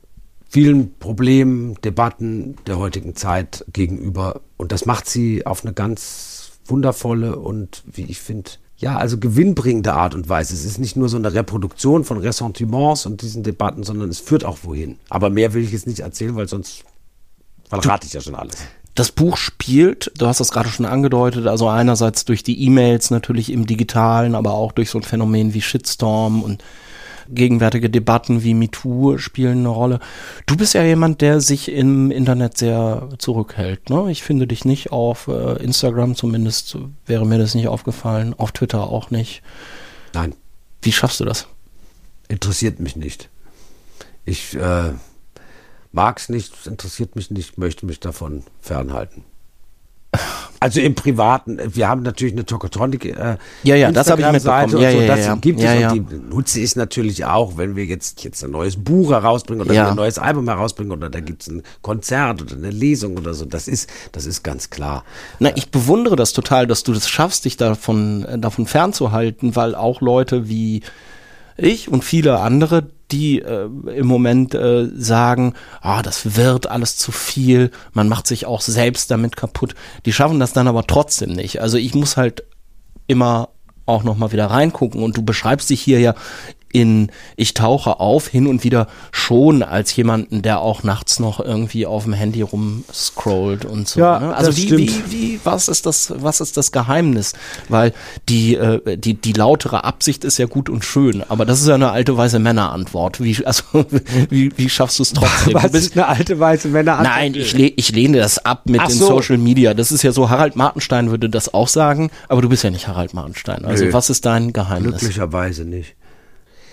vielen Problemen, Debatten der heutigen Zeit gegenüber. Und das macht sie auf eine ganz wundervolle und, wie ich finde, ja, also gewinnbringende Art und Weise. Es ist nicht nur so eine Reproduktion von Ressentiments und diesen Debatten, sondern es führt auch wohin. Aber mehr will ich jetzt nicht erzählen, weil sonst verrate ich ja schon alles. Das Buch spielt, du hast das gerade schon angedeutet, also einerseits durch die E-Mails natürlich im Digitalen, aber auch durch so ein Phänomen wie Shitstorm und gegenwärtige Debatten wie MeToo spielen eine Rolle. Du bist ja jemand, der sich im Internet sehr zurückhält, ne? Ich finde dich nicht auf Instagram, zumindest wäre mir das nicht aufgefallen, auf Twitter auch nicht. Nein. Wie schaffst du das? Interessiert mich nicht. Ich mag es nicht, interessiert mich nicht, möchte mich davon fernhalten. Also im Privaten, wir haben natürlich eine Tokotronic das habe ich mitbekommen. Das gibt es und die nutze ich natürlich auch, wenn wir jetzt ein neues Buch herausbringen oder ein neues Album herausbringen oder da gibt es ein Konzert oder eine Lesung oder so. Das ist ganz klar. Na, ich bewundere das total, dass du das schaffst, dich davon fernzuhalten, weil auch Leute wie ich und viele andere, die im Moment sagen, das wird alles zu viel, man macht sich auch selbst damit kaputt, die schaffen das dann aber trotzdem nicht. Also ich muss halt immer auch noch mal wieder reingucken, und du beschreibst dich hier ja ich tauche auf hin und wieder schon als jemanden, der auch nachts noch irgendwie auf dem Handy rumscrollt und so. Ja, ne? Also was ist das Geheimnis? Weil die lautere Absicht ist ja gut und schön, aber das ist ja eine alte weiße Männerantwort. Wie schaffst du es trotzdem? Was ist eine alte weiße Männerantwort? Nein, ich lehne das ab mit den Social Media. Das ist ja so, Harald Martenstein würde das auch sagen, aber du bist ja nicht Harald Martenstein. Also was ist dein Geheimnis? Glücklicherweise nicht.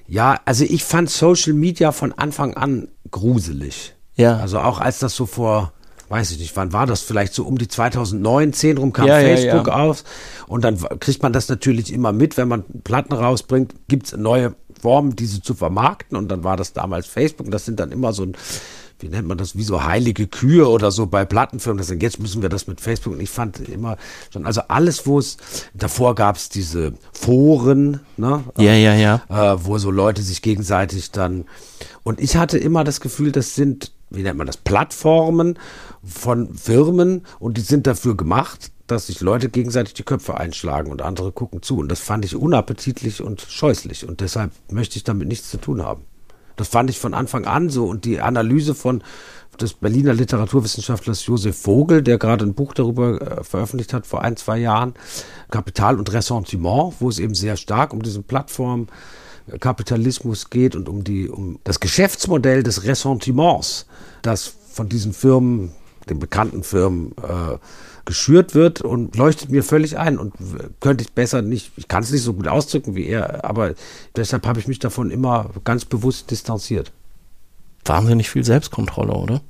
Ja, also ich fand Social Media von Anfang an gruselig. Ja. Also auch als das so vor, weiß ich nicht, wann war das? Vielleicht so um die 2009, 10 rum kam Ja, Facebook ja. auf. Und dann kriegt man das natürlich immer mit, wenn man Platten rausbringt, gibt es neue Formen, diese zu vermarkten. Und dann war das damals Facebook. Und das sind dann immer so ein, wie nennt man das, wie so heilige Kühe oder so bei Plattenfirmen. Das sind, jetzt müssen wir das mit Facebook. Und ich fand immer schon, also alles, wo es, davor gab es diese Foren, ne? Ja. Wo so Leute sich gegenseitig dann, und ich hatte immer das Gefühl, das sind, wie nennt man das, Plattformen von Firmen und die sind dafür gemacht, dass sich Leute gegenseitig die Köpfe einschlagen und andere gucken zu. Und das fand ich unappetitlich und scheußlich und deshalb möchte ich damit nichts zu tun haben. Das fand ich von Anfang an so und die Analyse des Berliner Literaturwissenschaftlers Josef Vogel, der gerade ein Buch darüber veröffentlicht hat vor 1-2 Jahren, Kapital und Ressentiment, wo es eben sehr stark um diesen Plattformkapitalismus geht und um das Geschäftsmodell des Ressentiments, das von diesen Firmen, den bekannten Firmen, geschürt wird und leuchtet mir völlig ein und könnte ich besser nicht, ich kann es nicht so gut ausdrücken wie er, aber deshalb habe ich mich davon immer ganz bewusst distanziert. Wahnsinnig viel Selbstkontrolle, oder?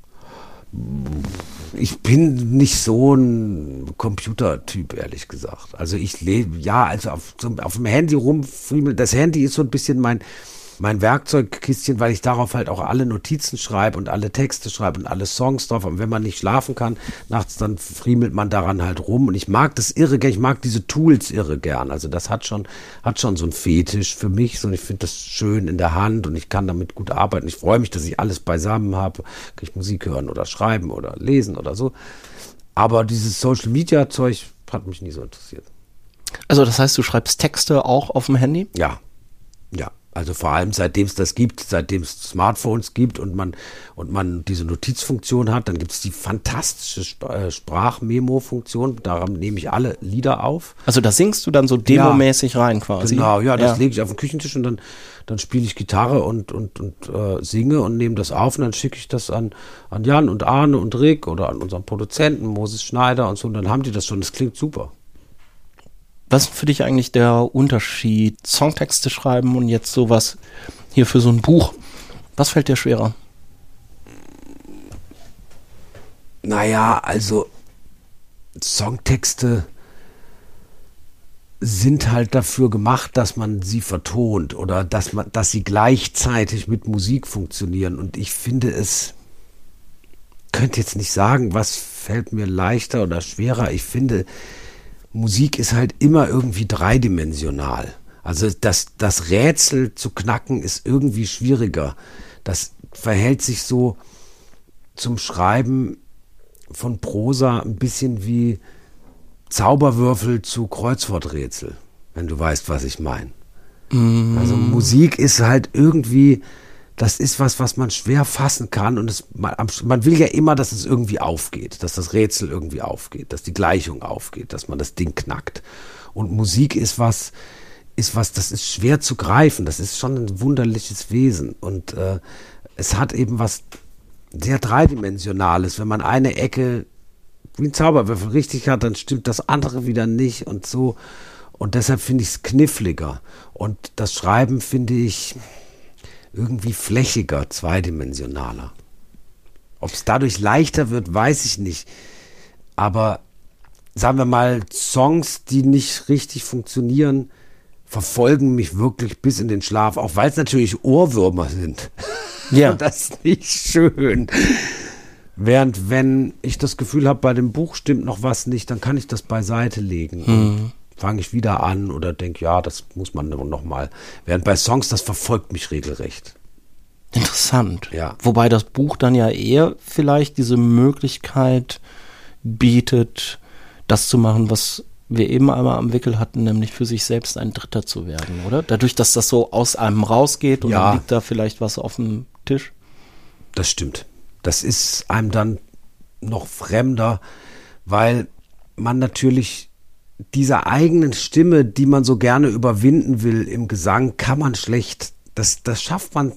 Ich bin nicht so ein Computertyp, ehrlich gesagt. Also ich lebe, ja, also auf dem Handy rumfriemeln. Das Handy ist so ein bisschen mein Werkzeugkistchen, weil ich darauf halt auch alle Notizen schreibe und alle Texte schreibe und alle Songs drauf. Und wenn man nicht schlafen kann, nachts, dann friemelt man daran halt rum. Und ich mag das irre gern, ich mag diese Tools irre gern. Also das hat schon so einen Fetisch für mich. So, und ich finde das schön in der Hand und ich kann damit gut arbeiten. Ich freue mich, dass ich alles beisammen habe. Kann ich Musik hören oder schreiben oder lesen oder so. Aber dieses Social-Media-Zeug hat mich nie so interessiert. Also das heißt, du schreibst Texte auch auf dem Handy? Ja. Also vor allem seitdem es das gibt, seitdem es Smartphones gibt und man diese Notizfunktion hat, dann gibt es die fantastische Sprachmemo-Funktion, daran nehme ich alle Lieder auf. Also da singst du dann so demomäßig rein quasi? Genau, ja, das lege ich auf den Küchentisch und dann spiele ich Gitarre und singe und nehme das auf und dann schicke ich das an Jan und Arne und Rick oder an unseren Produzenten Moses Schneider und so und dann haben die das schon, das klingt super. Was ist für dich eigentlich der Unterschied, Songtexte schreiben und jetzt sowas hier für so ein Buch? Was fällt dir schwerer? Naja, also Songtexte sind halt dafür gemacht, dass man sie vertont oder dass sie gleichzeitig mit Musik funktionieren. Und ich finde könnte jetzt nicht sagen, was fällt mir leichter oder schwerer. Ich finde, Musik ist halt immer irgendwie dreidimensional. Also das Rätsel zu knacken ist irgendwie schwieriger. Das verhält sich so zum Schreiben von Prosa ein bisschen wie Zauberwürfel zu Kreuzworträtsel, wenn du weißt, was ich meine. Also Musik ist halt irgendwie, das ist was man schwer fassen kann und man will ja immer, dass es irgendwie aufgeht, dass das Rätsel irgendwie aufgeht, dass die Gleichung aufgeht, dass man das Ding knackt. Und Musik ist was, das ist schwer zu greifen, das ist schon ein wunderliches Wesen und es hat eben was sehr Dreidimensionales. Wenn man eine Ecke wie ein Zauberwürfel richtig hat, dann stimmt das andere wieder nicht und so. Und deshalb finde ich es kniffliger. Und das Schreiben finde ich irgendwie flächiger, zweidimensionaler. Ob es dadurch leichter wird, weiß ich nicht. Aber sagen wir mal, Songs, die nicht richtig funktionieren, verfolgen mich wirklich bis in den Schlaf, auch weil es natürlich Ohrwürmer sind. Ja. Und das ist nicht schön. Während wenn ich das Gefühl habe, bei dem Buch stimmt noch was nicht, dann kann ich das beiseite legen. Und fange ich wieder an oder denke, ja, das muss man noch mal. Während bei Songs, das verfolgt mich regelrecht. Interessant. Ja. Wobei das Buch dann ja eher vielleicht diese Möglichkeit bietet, das zu machen, was wir eben einmal am Wickel hatten, nämlich für sich selbst ein Dritter zu werden, oder? Dadurch, dass das so aus einem rausgeht und dann liegt da vielleicht was auf dem Tisch. Das stimmt. Das ist einem dann noch fremder, weil man natürlich dieser eigenen Stimme, die man so gerne überwinden will im Gesang, kann man schlecht. Das schafft man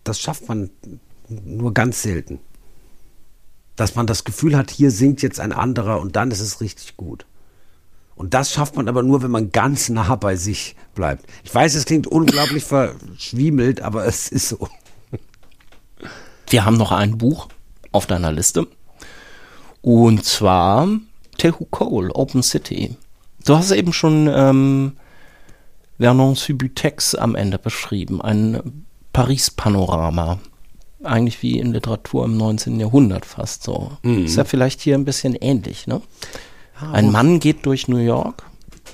nur ganz selten. Dass man das Gefühl hat, hier singt jetzt ein anderer und dann ist es richtig gut. Und das schafft man aber nur, wenn man ganz nah bei sich bleibt. Ich weiß, es klingt unglaublich verschwiemelt, aber es ist so. Wir haben noch ein Buch auf deiner Liste. Und zwar Tehu Cole, Open City. Du hast eben schon Vernon Subutex am Ende beschrieben. Ein Paris-Panorama. Eigentlich wie in Literatur im 19. Jahrhundert fast so. Ist ja vielleicht hier ein bisschen ähnlich, ne? Ein Mann geht durch New York.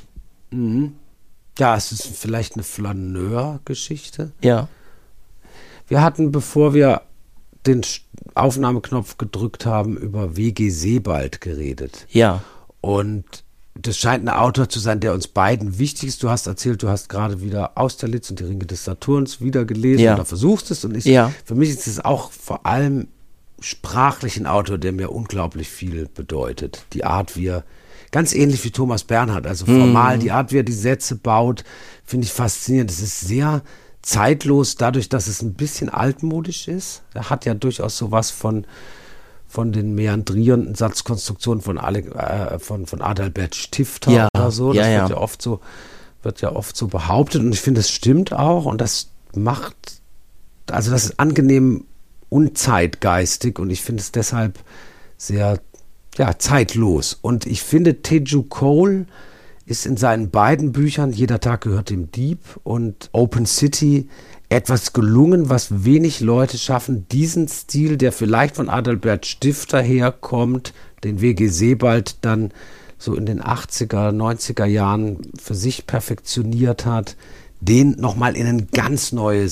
Ja, es ist vielleicht eine Flaneur-Geschichte. Ja. Wir hatten, bevor wir den Aufnahmeknopf gedrückt haben, über W.G. Sebald geredet. Ja. Und das scheint ein Autor zu sein, der uns beiden wichtig ist. Du hast erzählt, du hast gerade wieder Austerlitz und die Ringe des Saturns wieder gelesen oder versuchst es. Und für mich ist es auch vor allem sprachlich ein Autor, der mir unglaublich viel bedeutet. Die Art, wie er, ganz ähnlich wie Thomas Bernhard, also formal, die Art, wie er die Sätze baut, finde ich faszinierend. Es ist sehr zeitlos, dadurch, dass es ein bisschen altmodisch ist. Er hat ja durchaus sowas von den meandrierenden Satzkonstruktionen von Adalbert Stifter oder so. Das wird ja oft so behauptet und ich finde, es stimmt auch und das ist angenehm unzeitgeistig und ich finde es deshalb sehr zeitlos. Und ich finde, Teju Cole ist in seinen beiden Büchern, Jeder Tag gehört dem Dieb und Open City, etwas gelungen, was wenig Leute schaffen, diesen Stil, der vielleicht von Adalbert Stifter herkommt, den W.G. Sebald dann so in den 80er, 90er Jahren für sich perfektioniert hat, den nochmal in eine ganz neue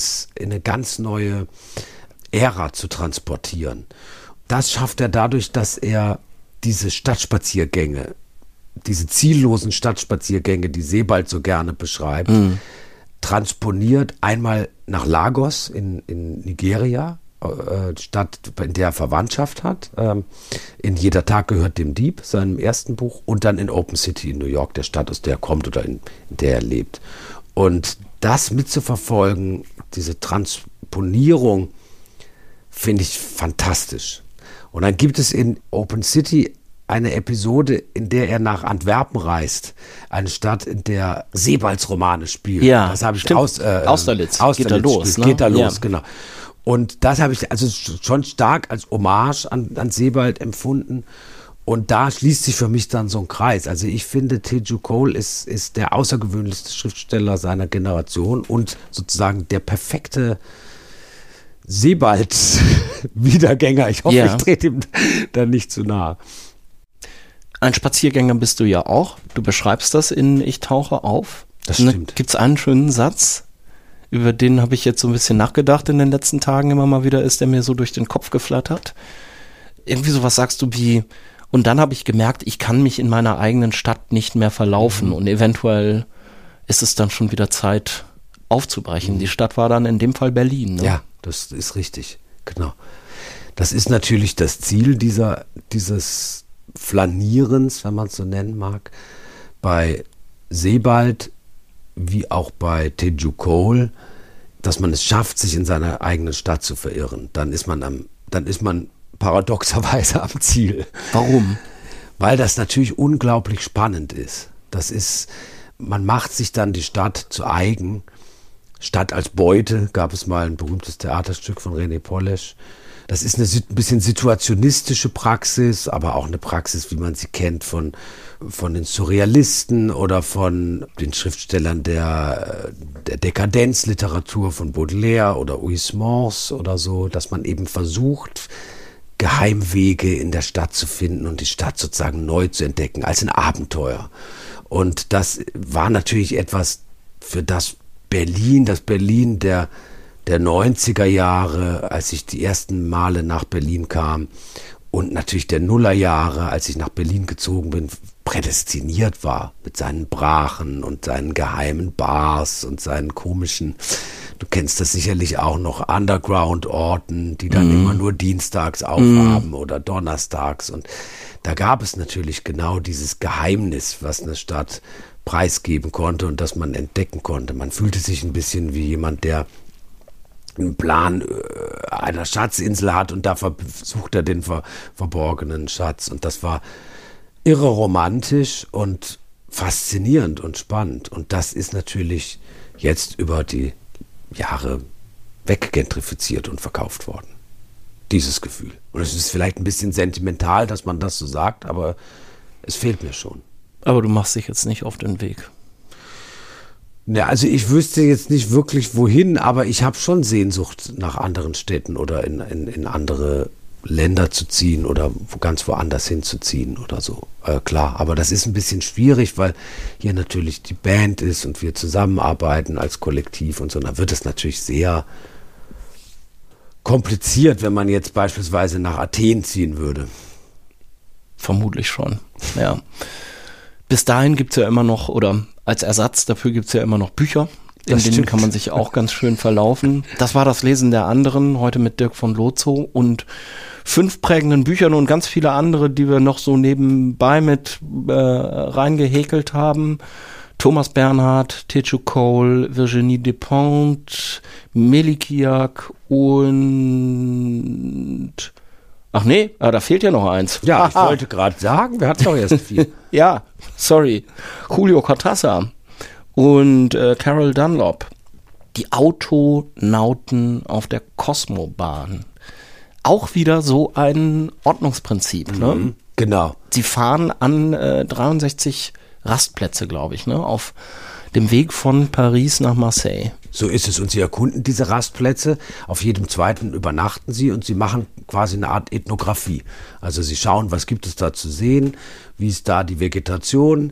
Ära zu transportieren. Das schafft er dadurch, dass er diese Stadtspaziergänge, diese ziellosen Stadtspaziergänge, die Sebald so gerne beschreibt, transponiert einmal nach Lagos in Nigeria, Stadt, in der er Verwandtschaft hat. In Jeder Tag gehört dem Dieb, seinem ersten Buch, und dann in Open City in New York, der Stadt, aus der er kommt oder in der er lebt. Und das mitzuverfolgen, diese Transponierung, finde ich fantastisch. Und dann gibt es in Open City eine Episode, in der er nach Antwerpen reist. Eine Stadt, in der Sebalds Romane spielen. Ja, das habe ich Austerlitz. Geht da los, ne? Geht da los, genau. Und das habe ich also schon stark als Hommage an Sebald empfunden. Und da schließt sich für mich dann so ein Kreis. Also ich finde, Teju Cole ist der außergewöhnlichste Schriftsteller seiner Generation und sozusagen der perfekte Sebald-Wiedergänger. Ich hoffe, ich trete ihm da nicht zu nahe. Ein Spaziergänger bist du ja auch. Du beschreibst das in Ich tauche auf. Das stimmt. Gibt es einen schönen Satz, über den habe ich jetzt so ein bisschen nachgedacht in den letzten Tagen immer mal wieder, ist der mir so durch den Kopf geflattert. Irgendwie sowas sagst du wie, und dann habe ich gemerkt, ich kann mich in meiner eigenen Stadt nicht mehr verlaufen und eventuell ist es dann schon wieder Zeit aufzubrechen. Die Stadt war dann in dem Fall Berlin. Ne? Ja, das ist richtig, genau. Das ist natürlich das Ziel dieses Flanierens, wenn man es so nennen mag, bei Sebald wie auch bei Teju Cole, dass man es schafft, sich in seiner eigenen Stadt zu verirren. Dann ist man paradoxerweise am Ziel. Warum? Weil das natürlich unglaublich spannend ist. Man macht sich dann die Stadt zu eigen. Stadt als Beute, gab es mal ein berühmtes Theaterstück von René Polesch. Das ist eine ein bisschen situationistische Praxis, aber auch eine Praxis, wie man sie kennt von den Surrealisten oder von den Schriftstellern der Dekadenzliteratur von Baudelaire oder Huysmans oder so, dass man eben versucht, Geheimwege in der Stadt zu finden und die Stadt sozusagen neu zu entdecken als ein Abenteuer. Und das war natürlich etwas, für das Berlin der 90er Jahre, als ich die ersten Male nach Berlin kam, und natürlich der Nullerjahre, als ich nach Berlin gezogen bin, prädestiniert war mit seinen Brachen und seinen geheimen Bars und seinen komischen, du kennst das sicherlich auch noch, Underground-Orten, die dann immer nur dienstags aufhaben oder donnerstags. Und da gab es natürlich genau dieses Geheimnis, was eine Stadt preisgeben konnte und das man entdecken konnte. Man fühlte sich ein bisschen wie jemand, der einen Plan einer Schatzinsel hat und da sucht er den verborgenen Schatz. Und das war irre romantisch und faszinierend und spannend. Und das ist natürlich jetzt über die Jahre weggentrifiziert und verkauft worden. Dieses Gefühl. Und es ist vielleicht ein bisschen sentimental, dass man das so sagt, aber es fehlt mir schon. Aber du machst dich jetzt nicht auf den Weg. Ja, also ich wüsste jetzt nicht wirklich wohin, aber ich habe schon Sehnsucht nach anderen Städten oder in andere Länder zu ziehen oder ganz woanders hinzuziehen oder so. Klar, aber das ist ein bisschen schwierig, weil hier natürlich die Band ist und wir zusammenarbeiten als Kollektiv und so. Da wird es natürlich sehr kompliziert, wenn man jetzt beispielsweise nach Athen ziehen würde. Vermutlich schon, ja. Bis dahin gibt es ja immer noch, oder als Ersatz dafür gibt es ja immer noch Bücher, in denen kann man sich auch ganz schön verlaufen. Das war das Lesen der anderen, heute mit Dirk von Lozow und 5 prägenden Büchern und ganz viele andere, die wir noch so nebenbei mit reingehäkelt haben. Thomas Bernhard, Teju Cole, Virginie Despentes, Melikiak und... Ach nee, da fehlt ja noch eins. Ja, ich wollte gerade sagen, wir hatten doch erst 4. Ja, sorry. Julio Cortázar und Carol Dunlop. Die Autonauten auf der Kosmobahn. Auch wieder so ein Ordnungsprinzip, ne? Genau. Sie fahren an 63 Rastplätze, glaube ich, ne? Auf dem Weg von Paris nach Marseille. So ist es. Und sie erkunden diese Rastplätze. Auf jedem zweiten übernachten sie und sie machen quasi eine Art Ethnographie. Also sie schauen, was gibt es da zu sehen, wie ist da die Vegetation.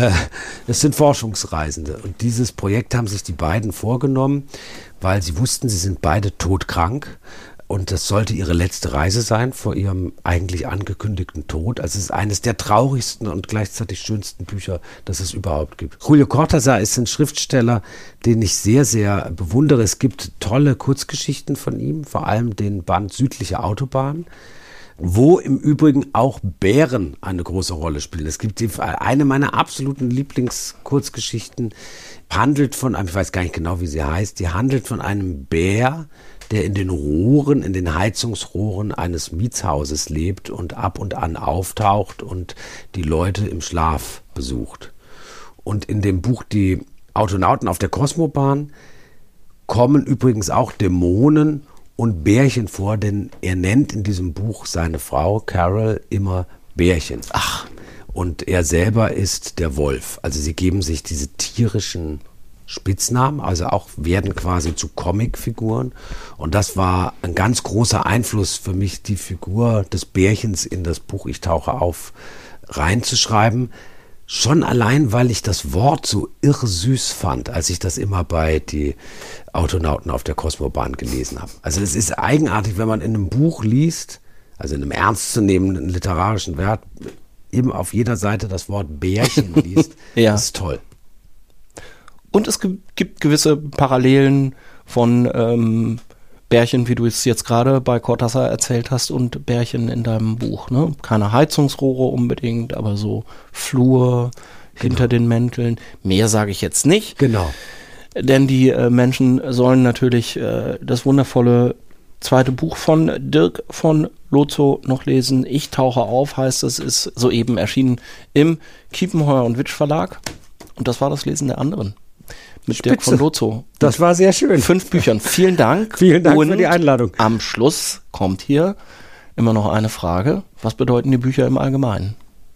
Es sind Forschungsreisende. Und dieses Projekt haben sich die beiden vorgenommen, weil sie wussten, sie sind beide todkrank. Und das sollte ihre letzte Reise sein vor ihrem eigentlich angekündigten Tod. Also es ist eines der traurigsten und gleichzeitig schönsten Bücher, das es überhaupt gibt. Julio Cortázar ist ein Schriftsteller, den ich sehr, sehr bewundere. Es gibt tolle Kurzgeschichten von ihm, vor allem den Band Südliche Autobahn, wo im Übrigen auch Bären eine große Rolle spielen. Es gibt eine meiner absoluten Lieblingskurzgeschichten, handelt von einem, ich weiß gar nicht genau, wie sie heißt, die handelt von einem Bär, der in den Rohren, in den Heizungsrohren eines Mietshauses lebt und ab und an auftaucht und die Leute im Schlaf besucht. Und in dem Buch Die Autonauten auf der Kosmobahn kommen übrigens auch Dämonen und Bärchen vor, denn er nennt in diesem Buch seine Frau Carol immer Bärchen. Ach. Und er selber ist der Wolf. Also sie geben sich diese tierischen Spitznamen, also auch werden quasi zu Comicfiguren. Und das war ein ganz großer Einfluss für mich, die Figur des Bärchens in das Buch Ich tauche auf reinzuschreiben. Schon allein, weil ich das Wort so irrsüß fand, als ich das immer bei die Autonauten auf der Kosmobahn gelesen habe. Also es ist eigenartig, wenn man in einem Buch liest, also in einem ernstzunehmenden literarischen Werk, eben auf jeder Seite das Wort Bärchen liest. Ja. Das ist toll. Und es gibt gewisse Parallelen von Bärchen, wie du es jetzt gerade bei Cortázar erzählt hast, und Bärchen in deinem Buch. Ne? Keine Heizungsrohre unbedingt, aber so Flur hinter den Mänteln. Mehr sage ich jetzt nicht. Genau. Denn die Menschen sollen natürlich das wundervolle zweite Buch von Dirk von Lozow noch lesen. Ich tauche auf, heißt es, ist soeben erschienen im Kiepenheuer und Witsch Verlag. Und das war das Lesen der anderen. Mit Spitze. Dirk von Lozow. Das war sehr schön. 5 Büchern. Vielen Dank. Vielen Dank und für die Einladung. Am Schluss kommt hier immer noch eine Frage. Was bedeuten die Bücher im Allgemeinen?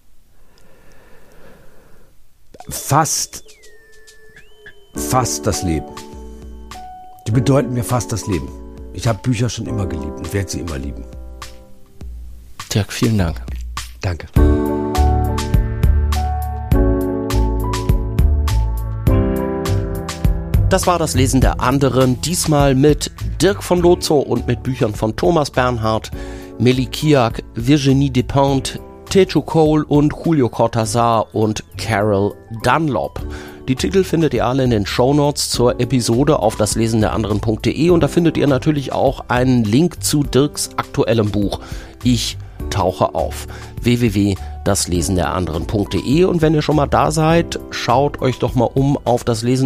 Fast das Leben. Die bedeuten mir fast das Leben. Ich habe Bücher schon immer geliebt und werde sie immer lieben. Dirk, vielen Dank. Danke. Das war das Lesen der anderen, diesmal mit Dirk von Lozow und mit Büchern von Thomas Bernhard, Melikiak, Virginie Despentes, Teju Cole und Julio Cortázar und Carol Dunlop. Die Titel findet ihr alle in den Shownotes zur Episode auf daslesenderanderen.de und da findet ihr natürlich auch einen Link zu Dirks aktuellem Buch Ich tauche auf. www.daslesenderanderen.de und wenn ihr schon mal da seid, schaut euch doch mal um auf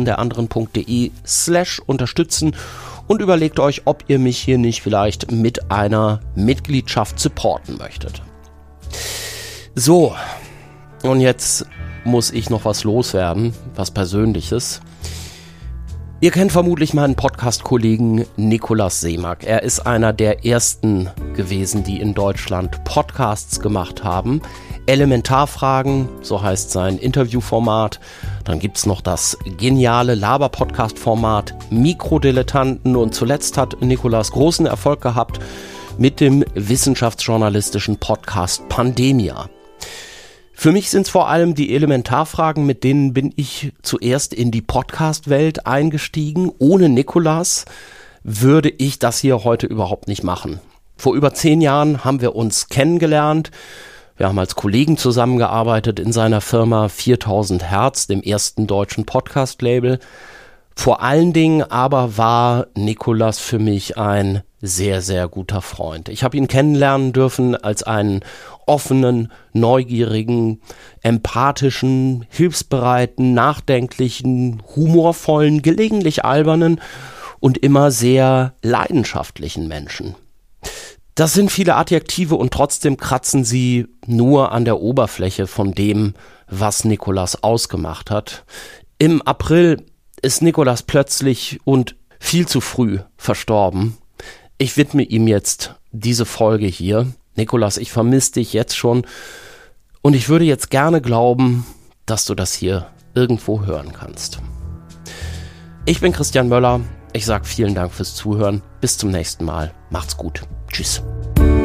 daslesenderanderen.de/unterstützen und überlegt euch, ob ihr mich hier nicht vielleicht mit einer Mitgliedschaft supporten möchtet. So, und jetzt muss ich noch was loswerden, was Persönliches. Ihr kennt vermutlich meinen Podcast-Kollegen Nikolaus Seemack. Er ist einer der ersten gewesen, die in Deutschland Podcasts gemacht haben. Elementarfragen, so heißt sein Interviewformat. Dann gibt's noch das geniale Laber-Podcast-Format Mikrodilettanten. Und zuletzt hat Nikolaus großen Erfolg gehabt mit dem wissenschaftsjournalistischen Podcast Pandemia. Für mich sind es vor allem die Elementarfragen, mit denen bin ich zuerst in die Podcast-Welt eingestiegen. Ohne Nikolaus würde ich das hier heute überhaupt nicht machen. Vor über 10 Jahren haben wir uns kennengelernt. Wir haben als Kollegen zusammengearbeitet in seiner Firma 4000 Hertz, dem ersten deutschen Podcast-Label. Vor allen Dingen aber war Nikolaus für mich ein sehr, sehr guter Freund. Ich habe ihn kennenlernen dürfen als einen offenen, neugierigen, empathischen, hilfsbereiten, nachdenklichen, humorvollen, gelegentlich albernen und immer sehr leidenschaftlichen Menschen. Das sind viele Adjektive und trotzdem kratzen sie nur an der Oberfläche von dem, was Nikolaus ausgemacht hat. Im April ist Nikolaus plötzlich und viel zu früh verstorben. Ich widme ihm jetzt diese Folge hier. Nikolaus, ich vermisse dich jetzt schon und ich würde jetzt gerne glauben, dass du das hier irgendwo hören kannst. Ich bin Christian Möller. Ich sage vielen Dank fürs Zuhören. Bis zum nächsten Mal. Macht's gut. Tschüss.